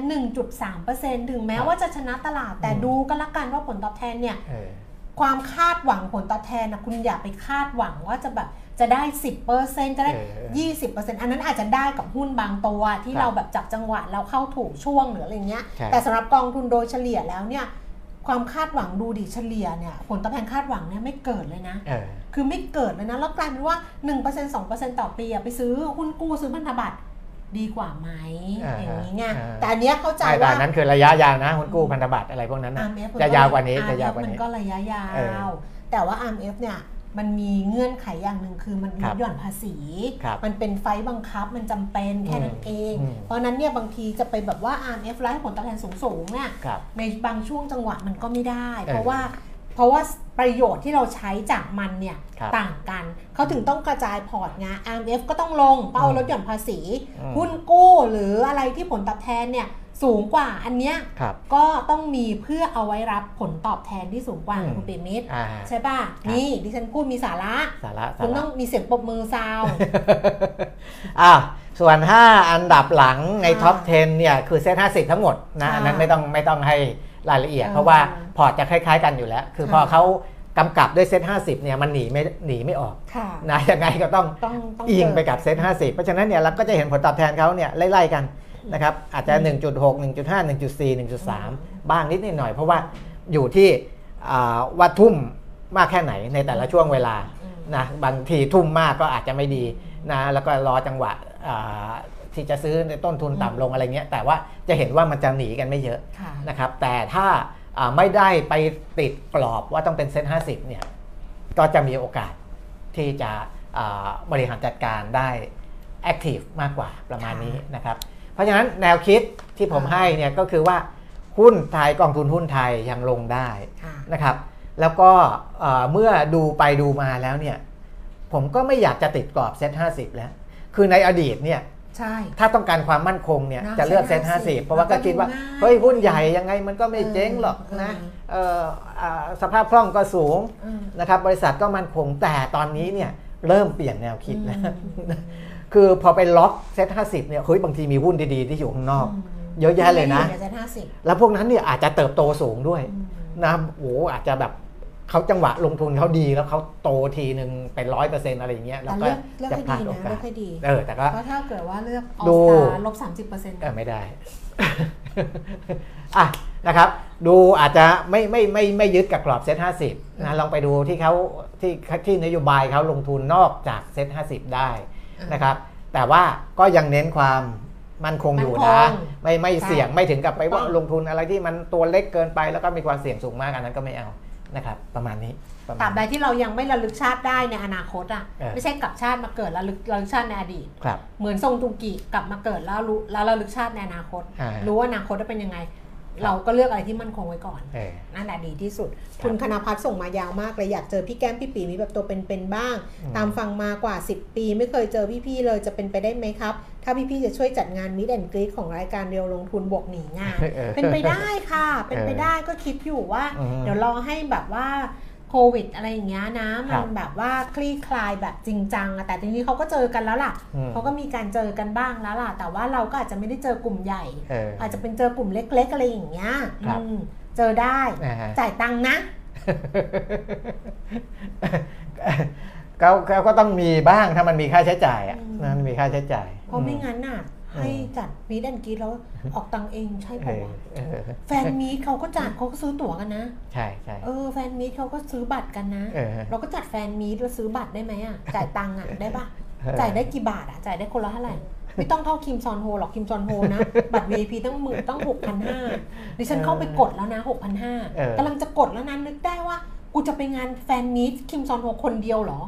S2: 1.3% ถึงแม้ว่าจะชนะตลาดแต่ดูกันละกันว่าผลตอบแทนเนี่ยความคาดหวังผลตอบแทนนะคุณอย่าไปคาดหวังว่าจะแบบจะได้ 10% จะได้ 20% อันนั้นอาจจะได้กับหุ้นบางตัวที่เราแบบจับจังหวะเราเข้าถูกช่วงหรืออะไรเงี้ยแต่สำหรับกองทุนโดยเฉลี่ยแล้วเนี่ยความคาดหวังดูดิเฉลี่ยเนี่ยผลตอบแทนคาดหวังเนี่ยไม่เกิดเลยนะคือไม่เกิดเลยนะแล้วกลายเป็นว่า 1% 2% ต่อปีไปซื้อหุ้นกู้ซื้อพันธบัตรดีกว่าไหมอย่างนี้ไงแต่อันเนี้ยเข้าใจว่า
S3: นั้นคือระยะยาวนะหุ้นกู้พันธบัตรอะไรพวกนั้นนะจะยาวกว่านี้จะยาวกว่านี้
S2: มันก็ระยะยาวแต่ว่า RMF เนี่ยมันมีเงื่อนไขอย่างหนึ่งคือมันลดหย่อนภาษีมันเป็นไฟบังคับมันจำเป็นแค่นั้นเองเพราะนั้นเนี่ยบางทีจะไปแบบว่า RMF ไล่ผลตอบแทนสูงๆเนี่ยในบางช่วงจังหวะมันก็ไม่ได้เพราะว่าประโยชน์ที่เราใช้จากมันเนี่ยต่างกันเขาถึงต้องกระจายพอร์ตไง RMF ก็ต้องลงเป้าลดหย่อนภาษีหุ้นกู้หรืออะไรที่ผลตอบแทนเนี่ยสูงกว่าอันเนี้ยก็ต้องมีเพื่อเอาไว้รับผลตอบแทนที่สูงกว่าคุณปิ่นมิตรใช่ป่ะนี่ดิฉันพูดมีสาระคุณต้องมีเสียงปรบมือซาว
S3: ส่วน5อันดับหลังในท็อป 10เนี่ยคือเซ็ต50ทั้งหมดนะอันนั้นไม่ต้องให้รายละเอียดเพราะว่าพอร์ตจะคล้ายๆกันอยู่แล้วคือพอเขากำกับด้วยเซ็ต50เนี่ยมันหนีไม่ออกนะยังไงก็ต้องอิงไปกับเซ็ต50เพราะฉะนั้นเนี่ยเราก็จะเห็นผลตอบแทนเขาเนี่ยไล่ๆกันนะครับอาจจะ 1.6 1.5 1.4 1.3 บ้างนิดหน่อยเพราะว่าอยู่ที่ว่าทุ่มมากแค่ไหนในแต่ละช่วงเวลานะบางทีทุ่มมากก็อาจจะไม่ดีนะแล้วก็รอจังหวะที่จะซื้อในต้นทุนต่ำลงอะไรเงี้ยแต่ว่าจะเห็นว่ามันจะหนีกันไม่เยอะนะครับแต่ถ้าไม่ได้ไปติดกรอบว่าต้องเป็นเซ็ต50เนี่ยก็จะมีโอกาสที่จะบริหารจัดการได้แอคทีฟมากกว่าประมาณนี้นะครับเพราะฉะนั้นแนวคิดที่ผมให้เนี่ยก็คือว่าหุ้นไทยกองทุนหุ้นไทยยังลงได้นะครับแล้วก็เมื่อดูไปดูมาแล้วเนี่ยผมก็ไม่อยากจะติดกรอบเซ็ต50แล้วคือในอดีตเนี่ยถ้าต้องการความมั่นคงเนี่ยจะเลือกเซ็ต50เพราะว่าก็คิดว่าเฮ้ยหุ้นใหญ่ยังไงมันก็ไม่เจ๊งหรอกนะสภาพคล่องก็สูงนะครับบริษัทก็มั่นคงแต่ตอนนี้เนี่ยเริ่มเปลี่ยนแนวคิดแล้วคือพอไปล็อกเซ็ต50เนี่ยเฮ้ยบางทีมีหุ้นดีๆที่อยู่ข้างนอกเยอะแยะเลยนะแล้วพวกนั้นเนี่ยอาจจะเติบโตสูงด้วยนะโอ้อาจจะแบบเขาจังหวะลงทุนเขาดีแล้วเขาโตทีนึงเป็น 100% อะไรอย่างเงี้ยแล้วก็จะพลาดโอกาส
S2: แต่
S3: ก็
S2: ถ้าเกิดว่าเลือกออสตาลบ 30%
S3: ไม่ได้อ่ะนะครับดูอาจจะไม่ยึดกับกรอบเซ็ต50นะลองไปดูที่เขาที่นโยบายเขาลงทุนนอกจากเซ็ต50ได้นะครับแต่ว่าก็ยังเน้นความมั่นคงอยู่นะไม่เสี่ยงไม่ถึงกับไปว่าลงทุนอะไรที่มันตัวเล็กเกินไปแล้วก็มีความเสี่ยงสูงมากอันนั้นก็ไม่เอานะครับประมาณนี้
S2: ตราบใดที่เรายังไม่ระลึกชาติได้ในอนาคตอ่ะไม่ใช่กลับชาติมาเกิดระลึกชาติในอดีตเหมือนทรงจุงกิกลับมาเกิดแล้วระลึกชาติในอนาคตรู้ว่าอนาคตจะเป็นยังไงเราก็เลือกอะไรที่มั่นคงไว้ก่อนนั่นแหละดีที่สุดคุณคณพัฒน์ส่งมายาวมากเลยอยากเจอพี่แก้มพี่ปีมีแบบตัวเป็นๆบ้างตามฟังมากว่า10 ปีไม่เคยเจอพี่ๆเลยจะเป็นไปได้ไหมครับถ้าพี่ๆจะช่วยจัดงาน Meet and Greet ของรายการเรียวลงทุนบวกหนีงานเป็นไปได้ค่ะเป็นไปได้ก็คิดอยู่ว่าเดี๋ยวรอให้แบบว่าโควิดอะไรอย่างเงี้ยนะมันแบบว่าคลี่คลายแบบจริงจังแต่ทีนี้เขาก็เจอกันแล้วล่ะเขาก็มีการเจอกันบ้างแล้วล่ะแต่ว่าเราก็อาจจะไม่ได้เจอกลุ่มใหญ่อาจจะเป็นเจอกลุ่มเล็กๆอะไรอย่างเงี้ยเจอได้จ่ายตังค์นะ
S3: ก็ต้องมีบ้างถ้ามันมีค่าใช้จ่ายอ่ะมันมีค่าใช้จ่าย
S2: เพราะไม่งั้นน่ะให้จัดมีดันกีแล้วออกตังเองใช่ป่ะแฟนมีเขาก็จัดเขาก็ซื้อตั๋วกันนะ
S3: ใช่ใช่
S2: แฟนมีเขาก็ซื้อบัตรกันนะเราก็จัดแฟนมีแล้วซื้อบัตรได้ไหมอ่ะจ่ายตังค์อ่ะได้ป่ะจ่ายได้กี่บาทอ่ะจ่ายได้คนละเท่าไหร่ไม่ต้องเท่าคิมซอนโฮหรอกคิมซอนโฮนะบัตร VIP ตั้ง6,500ดิฉันเข้าไปกดแล้วนะ 6,500 กำลังจะกดแล้วนั้นนึกได้ว่ากูจะไปงานแฟนมีตคิมซอนโฮคนเดียวเหรอ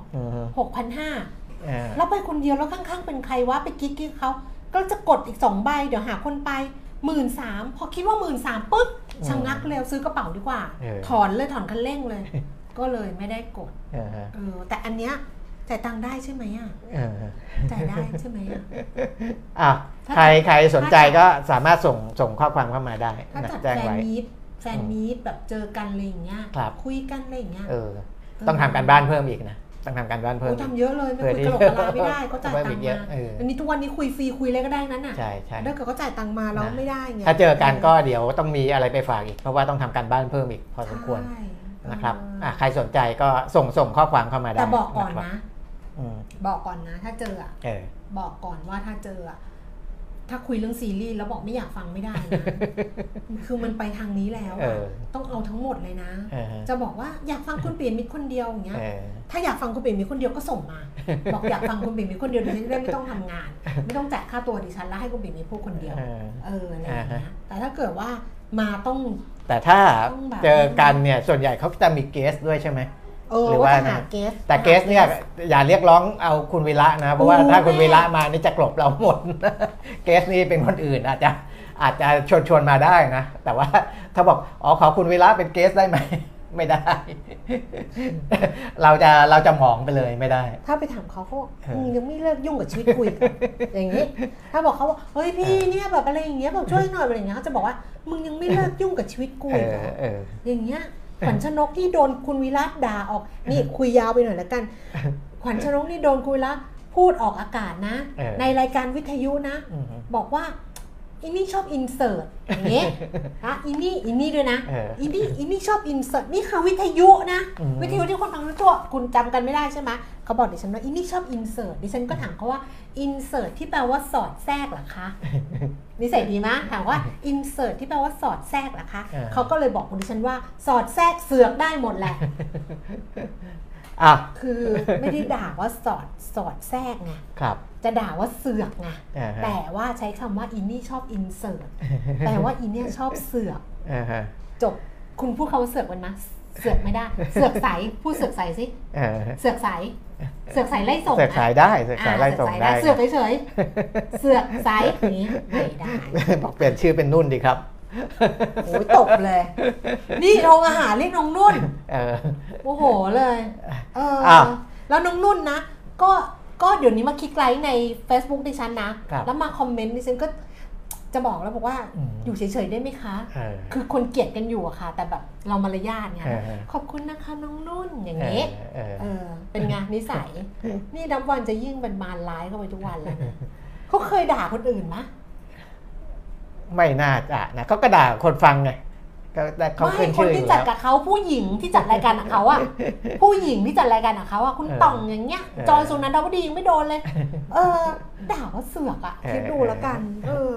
S2: 6,500 แล้วไปคนเดียวแล้วข้างๆเป็นใครวะไปกิ๊กเขาก็จะกดอีก2ใบเดี๋ยวหาคนไป 13,000 พอคิดว่า 13,000 ปึ๊บชะงักเร็วซื้อกระเป๋าดีกว่าถอนคันเร่งเลยก็เลยไม่ได้กดแต่อันเนี้ยจ่ายตังค์ได้ใช่ไหมอ่ะจ่ายได้ใช่ไหม
S3: อ่ะใครสนใจก็สามารถส่งข้อความเข้ามาได้
S2: ถ้าจัดแฟนมีตแบบเจอกันอะไรอย่างเงี้ยคุยกันอะไรอย่างเงี้ย
S3: ต้องทำการบ้านเพิ่มอีกนะต้องทำการบ้านเพิ่ม
S2: ทำเยอะเลยไม่คุยกระโหลกกระลาไม่ได้ก็จ่ายตังค์มาอันนี้ทุกวันนี้คุยฟรีคุยอะไรก็ได้นั้นน่ะถ้าเกิดเขาจ่ายตังค์มาแล้วไม่ได้ไง
S3: ถ้าเจอกันก็เดี๋ยวต้องมีอะไรไปฝากอีกเพราะว่าต้องทำการบ้านเพิ่มอีกพอสมควรนะครับใครสนใจก็ส่งข้อความเข้ามาได้
S2: แต่บอกก่อนนะถ้าเจอบอกก่อนว่าถ้าเจอถ้าคุยเรื่องซีรีส์แล้วบอกไม่อยากฟังไม่ได้นะคือมันไปทางนี้แล้วต้องเอาทั้งหมดเลยนะจะบอกว่าอยากฟังคุณเปลี่ยนมิตรคนเดียวอย่างเงี้ยถ้าอยากฟังคุณเปลี่ยนมิตรคนเดียวก็ส่งมาบอกอยากฟังคุณเปลี่ยนมิตรคนเดียวดิฉันจะได้ไม่ต้องทำงานไม่ต้องจ่ายค่าตัวดิฉันแล้วให้คุณเปลี่ยนมิตรพูดคนเดียวอะไรอย่างเงี้ยแต่ถ้าเกิดว่ามาต้อง
S3: แต่ถ้าเจอกันเนี่ยส่วนใหญ่เขาจะมีเกสด้วยใช่ไหม
S2: หรือว่า
S3: แต่เกสเนี่ยอย่าเรียกร้องเอาคุณวีระนะเพราะว่าถ้าคุณวีระมานี่จะกลบเราหมดเกสนี่เป็นคนอื่นอาจจะชวนมาได้นะแต่ว่าถ้าบอกขอคุณวีระเป็นเกสได้ไหมไม่ได้เราจะหมองไปเลยไม่ได้
S2: ถ้าไปถามเขายังไม่เลิกยุ่งกับชีวิตคุยอย่างนี้ถ้าบอกเขาว่าเฮ้ยพี่เนี่ยแบบอะไรอย่างเงี้ยแบบช่วยหน่อยอะไรอย่างเงี้ยเขาจะบอกว่ามึงยังไม่เลิกยุ่งกับชีวิตกูเหรออย่างเงี้ยขวัญชนกที่โดนคุณวีระด่าออกนี่คุยยาวไปหน่อยแล้วกันขวัญชนกนี่โดนคุณวีระพูดออกอากาศนะในรายการวิทยุนะบอกว่าอินี่ชอบอินเสิร์ตอย่างเงี้ยอินี่ด้วยนะอินี่ชอบอินเสิร์ตนี่คือวิทยุนะวิทยุที่คนฟังทั่วคุณจำกันไม่ได้ใช่ไหมเขาบอกดิฉันว่าอินี่ชอบอินเสิร์ตดิฉันก็ถามเขาว่าอินเสิร์ตที่แปลว่าสอดแทรกเหรอคะนิสัยดีมั้ยถามว่าอินเสิร์ตที่แปลว่าสอดแทรกเหรอคะเขาก็เลยบอกดิฉันว่าสอดแทรกเสือกได้หมดแหละคือไม่ได้ด่าว่าสอดแทรกไงจะด่าว่าเสือกไงแต่ว่าใช้คำว่าอินนี่ชอบอินเสิร์ตแต่ว่าอินเนี่ยชอบเสือกจบคุณพูดคำว่าเสือกมันนะเสือกไม่ได้เสือกใสพูดเสือกใสสิเสือกใสไล่ส่ง
S3: เสือกใสได้เสือกใสไล่ส่งได้
S2: เสือกเฉยเสือกใสอย่างนี้ไม่ได้
S3: บอกเปลี่ยนชื่อเป็นนุ่นดีครับ
S2: โอ้ยตบเลยนี่โรงอาหารเรียกน้องนุ่นโอ้โหเลยแล้วน้องนุ่นนะก็เดี๋ยวนี้มาคลิกไลค์ใน Facebook ดิฉันนะแล้วมาคอมเมนต์ดิฉันก็จะบอกแล้วบอกว่าอยู่เฉยๆได้ไหมคะคือคนเกลียดกันอยู่อะค่ะแต่แบบเรามารยาทไงขอบคุณนะคะน้องนุ่นอย่างเงี้ยเป็นไงนิสัยนี่นับวันจะยิ่งเป็นมารร้ายเข้าไปทุกวันแล้วนะเขาเคยด่าคนอื่นไหม
S3: ไม่น่าจะนะเขาก็ด่าคนฟังไง
S2: ไม่คนที่จัดกับเขาผู้หญิงที่จัดรายการกับเขาอะผู้หญิงที่จัดรายการกับเขาอะคุณต่องอย่างเงี้ยจอยสุนันทวดียังไม่โดนเลยด่าว่าเสือกอะคิดดูแล้วกัน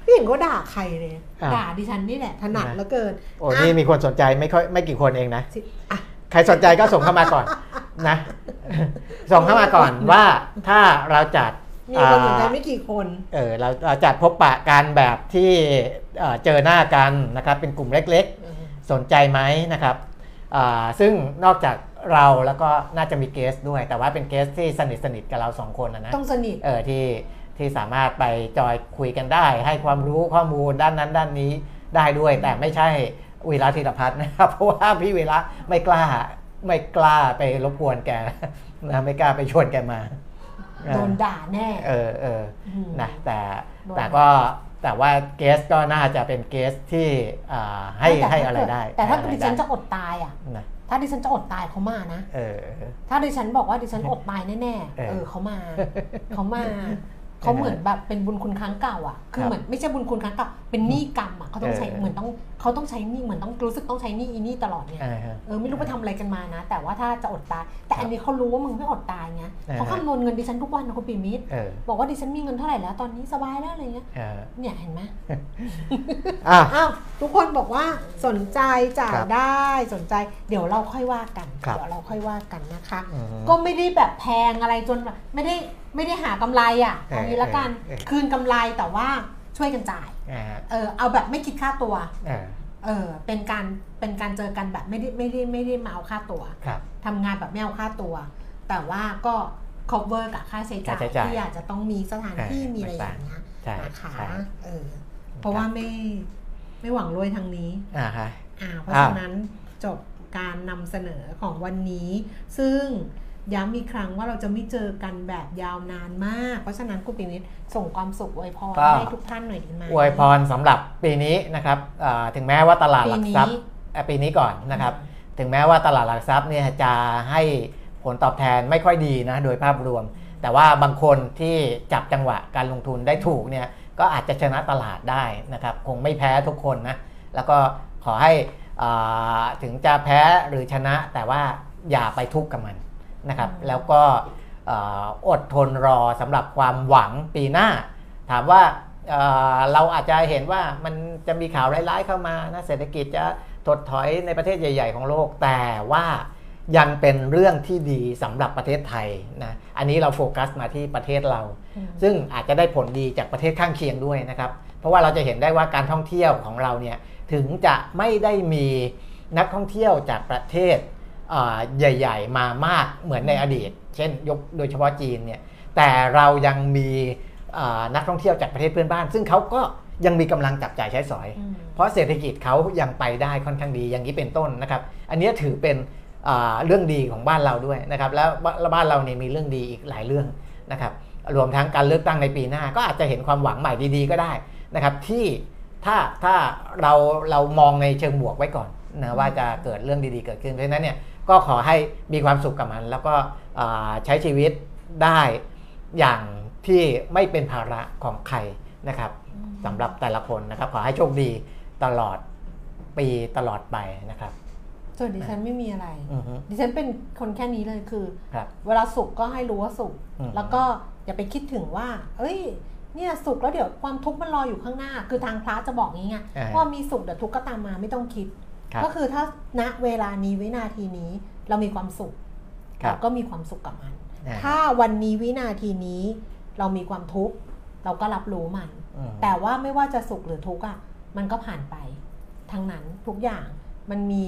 S2: ไม่เห็นก็ด่าใครเลยด่าดิฉันนี่แหละถนัดเหลือเกิน
S3: โอ้นี่มีคนสนใจไม่กี่คนเองนะใครสนใจก็ส่งเข้ามาก่อนนะส่งเข้ามาก่อนว่าถ้าเราจัด
S2: มีคนสนใจไม่กี่คน
S3: เราจัดพบปะกันแบบที่เจอหน้ากันนะครับเป็นกลุ่มเล็กๆสนใจไหมนะครับซึ่งนอกจากเราแล้วก็น่าจะมีเกสด้วยแต่ว่าเป็นเกสที่สนิทกับเรา2คนนะ
S2: ต้องสนิท
S3: ที่สามารถไปจอยคุยกันได้ให้ความรู้ข้อมูลด้านนั้นด้านนี้ได้ด้วยแต่ไม่ใช่วีระธีรพัฒน์นะครับเพราะว่าพี่วีระไม่กล้าไปรบกวนแกนะไม่กล้าไปชวนแกมา
S2: โดนด่าแน่
S3: นะแต่ว่าเกสก็น่าจะเป็นเกสที่ให้อะไรได้
S2: แต่ถ้าดิฉันจะอดตายอ่ะถ้าดิฉันจะอดตายเขามานะถ้าดิฉันบอกว่าดิฉันอดตายแน่ๆเขามาเขาเหมือนแบบเป็นบุญคุณครั้งเก่าอ่ะคือเหมือนไม่ใช่บุญคุณครั้งเก่าเป็นหนี้กรรมอ่ะเขาต้องใช้เหมือนเขาต้องใช้หนี้เหมือนต้องรู้สึกต้องใช้หนี้อีนี่ตลอดเนี่ยไม่รู้ไปทำอะไรกันมานะแต่ว่าถ้าจะอดตายแต่อันนี้เขารู้ว่ามึงไม่อดตายไงเขาคำนวณเงินดิฉันทุกวันนะคุณปิมิตรบอกว่าดิฉันมีเงินเท่าไหร่แล้วตอนนี้สบายแล้วอะไรเงี้ยเนี่ยเห็นไหมอ้าวทุกคนบอกว่าสนใจจ่ายได้สนใจเดี๋ยวเราค่อยว่ากันนะคะก็ไม่ได้แบบแพงอะไรจนไม่ได้หากำไรอ่ะเอางี้ละกันคืนกำไรแต่ว่าช่วยกันจ่ายเอาแบบไม่คิดค่าตัวเป็นการเจอกันแบบไม่ได้มาเอาค่าตัวทำงานแบบไม่เอาค่าตัวแต่ว่าก็ cover กับค่าใช้จ่ายที่อาจจะต้องมีสถานที่มีอะไรอย่างเงี้ยนะคะเพราะว่าไม่หวังรวยทางนี้เพราะฉะนั้นจบการนำเสนอของวันนี้ซึ่งย้ำอีกครั้งว่าเราจะไม่เจอกันแบบยาวนานมากเพราะฉะนั้นคุณปิมิตรส่งความสุขอวยพรให้ทุกท่านหน่อยดีไหม
S3: อวยพรสำหรับปีนี้นะครับถึงแม้ว่าตลาดหลักทรัพย์ปีนี้ก่อนนะครับถึงแม้ว่าตลาดหลักทรัพย์เนี่ยจะให้ผลตอบแทนไม่ค่อยดีนะโดยภาพรวมแต่ว่าบางคนที่จับจังหวะการลงทุนได้ถูกเนี่ยก็อาจจะชนะตลาดได้นะครับคงไม่แพ้ทุกคนนะแล้วก็ขอให้ถึงจะแพ้หรือชนะแต่ว่าอย่าไปทุกข์กับมันนะครับแล้วก็อดทนรอสำหรับความหวังปีหน้าถามว่าเราอาจจะเห็นว่ามันจะมีข่าวร้ายๆเข้ามานะเศรษฐกิจจะถดถอยในประเทศใหญ่ๆของโลกแต่ว่ายังเป็นเรื่องที่ดีสำหรับประเทศไทยนะอันนี้เราโฟกัสมาที่ประเทศเราซึ่งอาจจะได้ผลดีจากประเทศข้างเคียงด้วยนะครับเพราะว่าเราจะเห็นได้ว่าการท่องเที่ยวของเราเนี่ยถึงจะไม่ได้มีนักท่องเที่ยวจากประเทศใหญ่ๆมามากเหมือนในอดีตเช่นโดยเฉพาะจีนเนี่ยแต่เรายังมีนักท่องเที่ยวจากประเทศเพื่อนบ้านซึ่งเขาก็ยังมีกำลังจับจ่ายใช้สอยเพราะเศรษฐกิจเขายังไปได้ค่อนข้างดีอย่างนี้เป็นต้นนะครับอันนี้ถือเป็นเรื่องดีของบ้านเราด้วยนะครับแล้วบ้านเราเนี่ยมีเรื่องดีอีกหลายเรื่องนะครับรวมทั้งการเลือกตั้งในปีหน้าก็อาจจะเห็นความหวังใหม่ดีๆก็ได้นะครับที่ถ้าเรามองในเชิงบวกไว้ก่อนนะว่าจะเกิดเรื่องดีๆเกิดขึ้นเพราะฉะนั้นเนี่ยก็ขอให้มีความสุขกับมันแล้วก็ใช้ชีวิตได้อย่างที่ไม่เป็นภาระของใครนะครับสำหรับแต่ละคนนะครับขอให้โชคดีตลอดปีตลอดไปนะครับ
S2: ส่วนดิฉันไม่มีอะไรดิฉันเป็นคนแค่นี้เลยคือเวลาสุขก็ให้รู้ว่าสุขแล้วก็อย่าไปคิดถึงว่าเอ้ยเนี่ยสุขแล้วเดี๋ยวความทุกข์มันรออยู่ข้างหน้าคือทางพระจะบอกงี้ไงว่ามีสุขเดี๋ยวทุกข์ก็ตามมาไม่ต้องคิดก็คือถ้าณเวลานี้วินาทีนี้เรามีความสุขเราก็มีความสุขกับมันถ้าวันนี้วินาทีนี้เรามีความทุกข์เราก็รับรู้มันแต่ว่าไม่ว่าจะสุขหรือทุกข์อ่ะมันก็ผ่านไปทั้งนั้นทุกอย่างมันมี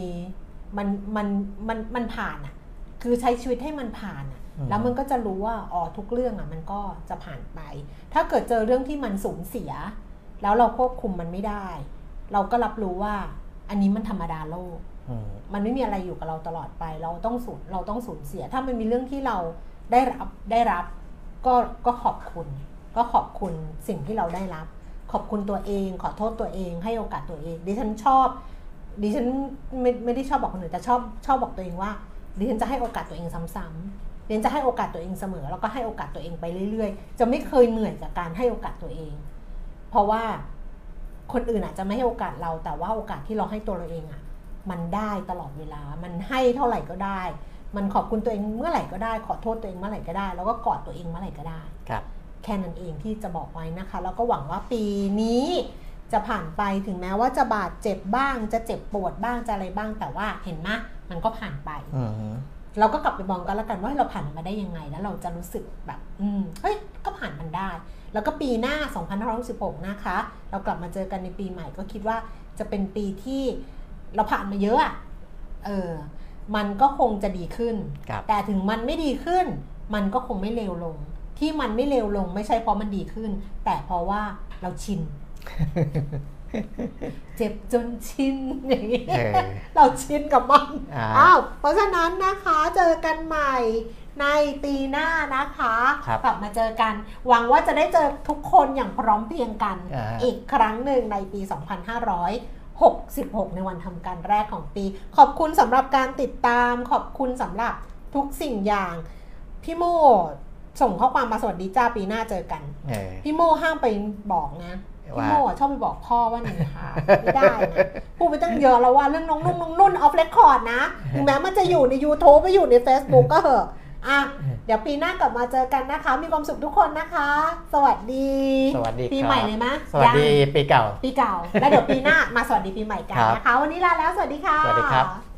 S2: มันผ่านอ่ะคือใช้ชีวิตให้มันผ่านอ่ะแล้วมันก็จะรู้ว่าอ๋อทุกเรื่องอ่ะมันก็จะผ่านไปถ้าเกิดเจอเรื่องที่มันสูญเสียแล้วเราควบคุมมันไม่ได้เราก็รับรู้ว่าอันนี้มันธรรมดาโลกมันไม่มีอะไรอยู่กับเราตลอดไปเราต้องสูญเสียถ้ามันมีเรื่องที่เราได้รับก็ขอบคุณสิ่งที่เราได้รับขอบคุณตัวเองขอโทษตัวเองให้โอกาสตัวเองดิฉันไม่ได้ชอบบอกคนอื่นแต่ชอบบอกตัวเองว่าดิฉันจะให้โอกาสตัวเองซ้ำๆดิฉันจะให้โอกาสตัวเองเสมอแล้วก็ให้โอกาสตัวเองไปเรื่อยๆจะไม่เคยเหนื่อยกับการให้โอกาสตัวเองเพราะว่าคนอื่นอาจจะไม่ให้โอกาสเราแต่ว่าโอกาสที่เราให้ตัวเราเองอ่ะมันได้ตลอดเวลามันให้เท่าไหร่ก็ได้มันขอบคุณตัวเองเมื่อไหร่ก็ได้ขอโทษตัวเองเมื่อไหร่ก็ได้แล้วก็กอดตัวเองเมื่อไหร่ก็ได้แค่นั้นเองที่จะบอกไว้นะคะแล้วก็หวังว่าปีนี้จะผ่านไปถึงแม้ว่าจะบาดเจ็บบ้างจะเจ็บปวดบ้างจะอะไรบ้างแต่ว่าเห็นไหมมันก็ผ่านไปเราก็กลับไปมองกันแล้วกันว่าเราผ่านมาได้ยังไงแล้วเราจะรู้สึกแบบเฮ้ยก็ผ่านมันได้แล้วก็ปีหน้า2566นะคะเรากลับมาเจอกันในปีใหม่ก็คิดว่าจะเป็นปีที่เราผ่านมาเยอะมันก็คงจะดีขึ้นแต่ถึงมันไม่ดีขึ้นมันก็คงไม่เลวลงที่มันไม่เลวลงไม่ใช่เพราะมันดีขึ้นแต่เพราะว่าเราชิน เจ็บจนชินอย่างนี้ เราชินกับมันเพราะฉะนั้นนะคะเจอกันใหม่ในปีหน้านะคะกลับมาเจอกันหวังว่าจะได้เจอทุกคนอย่างพร้อมเพรียงกันอีกครั้งหนึ่งในปี2566ในวันทำการแรกของปีขอบคุณสำหรับการติดตามขอบคุณสำหรับทุกสิ่งอย่างพี่โมส่งข้อความมาสวัสดีจ้าปีหน้าเจอกันพี่โมห้ามไปบอกนะพี่โมชอบไปบอกพ่อว่านินทาไม่ได้นะพูดไปตั้งเยอะแล้วว่าเรื่องน้องนุ่นออฟเรคคอร์ดนะถึงแม้มันจะอยู่ใน YouTube ไม่อยู่ใน Facebook ก็เหอะเดี๋ยวปีหน้ากลับมาเจอกันนะคะมีความสุขทุกคนนะคะสวัสดีปีใหม่เลยมั้ย
S3: สวัสดีปีเก่า
S2: แล้วเดี๋ยวปีหน้ามาสวัสดีปีใหม่กันนะคะวันนี้ลาแล้วสวัสดีค่ะ
S3: สวัสดีครับ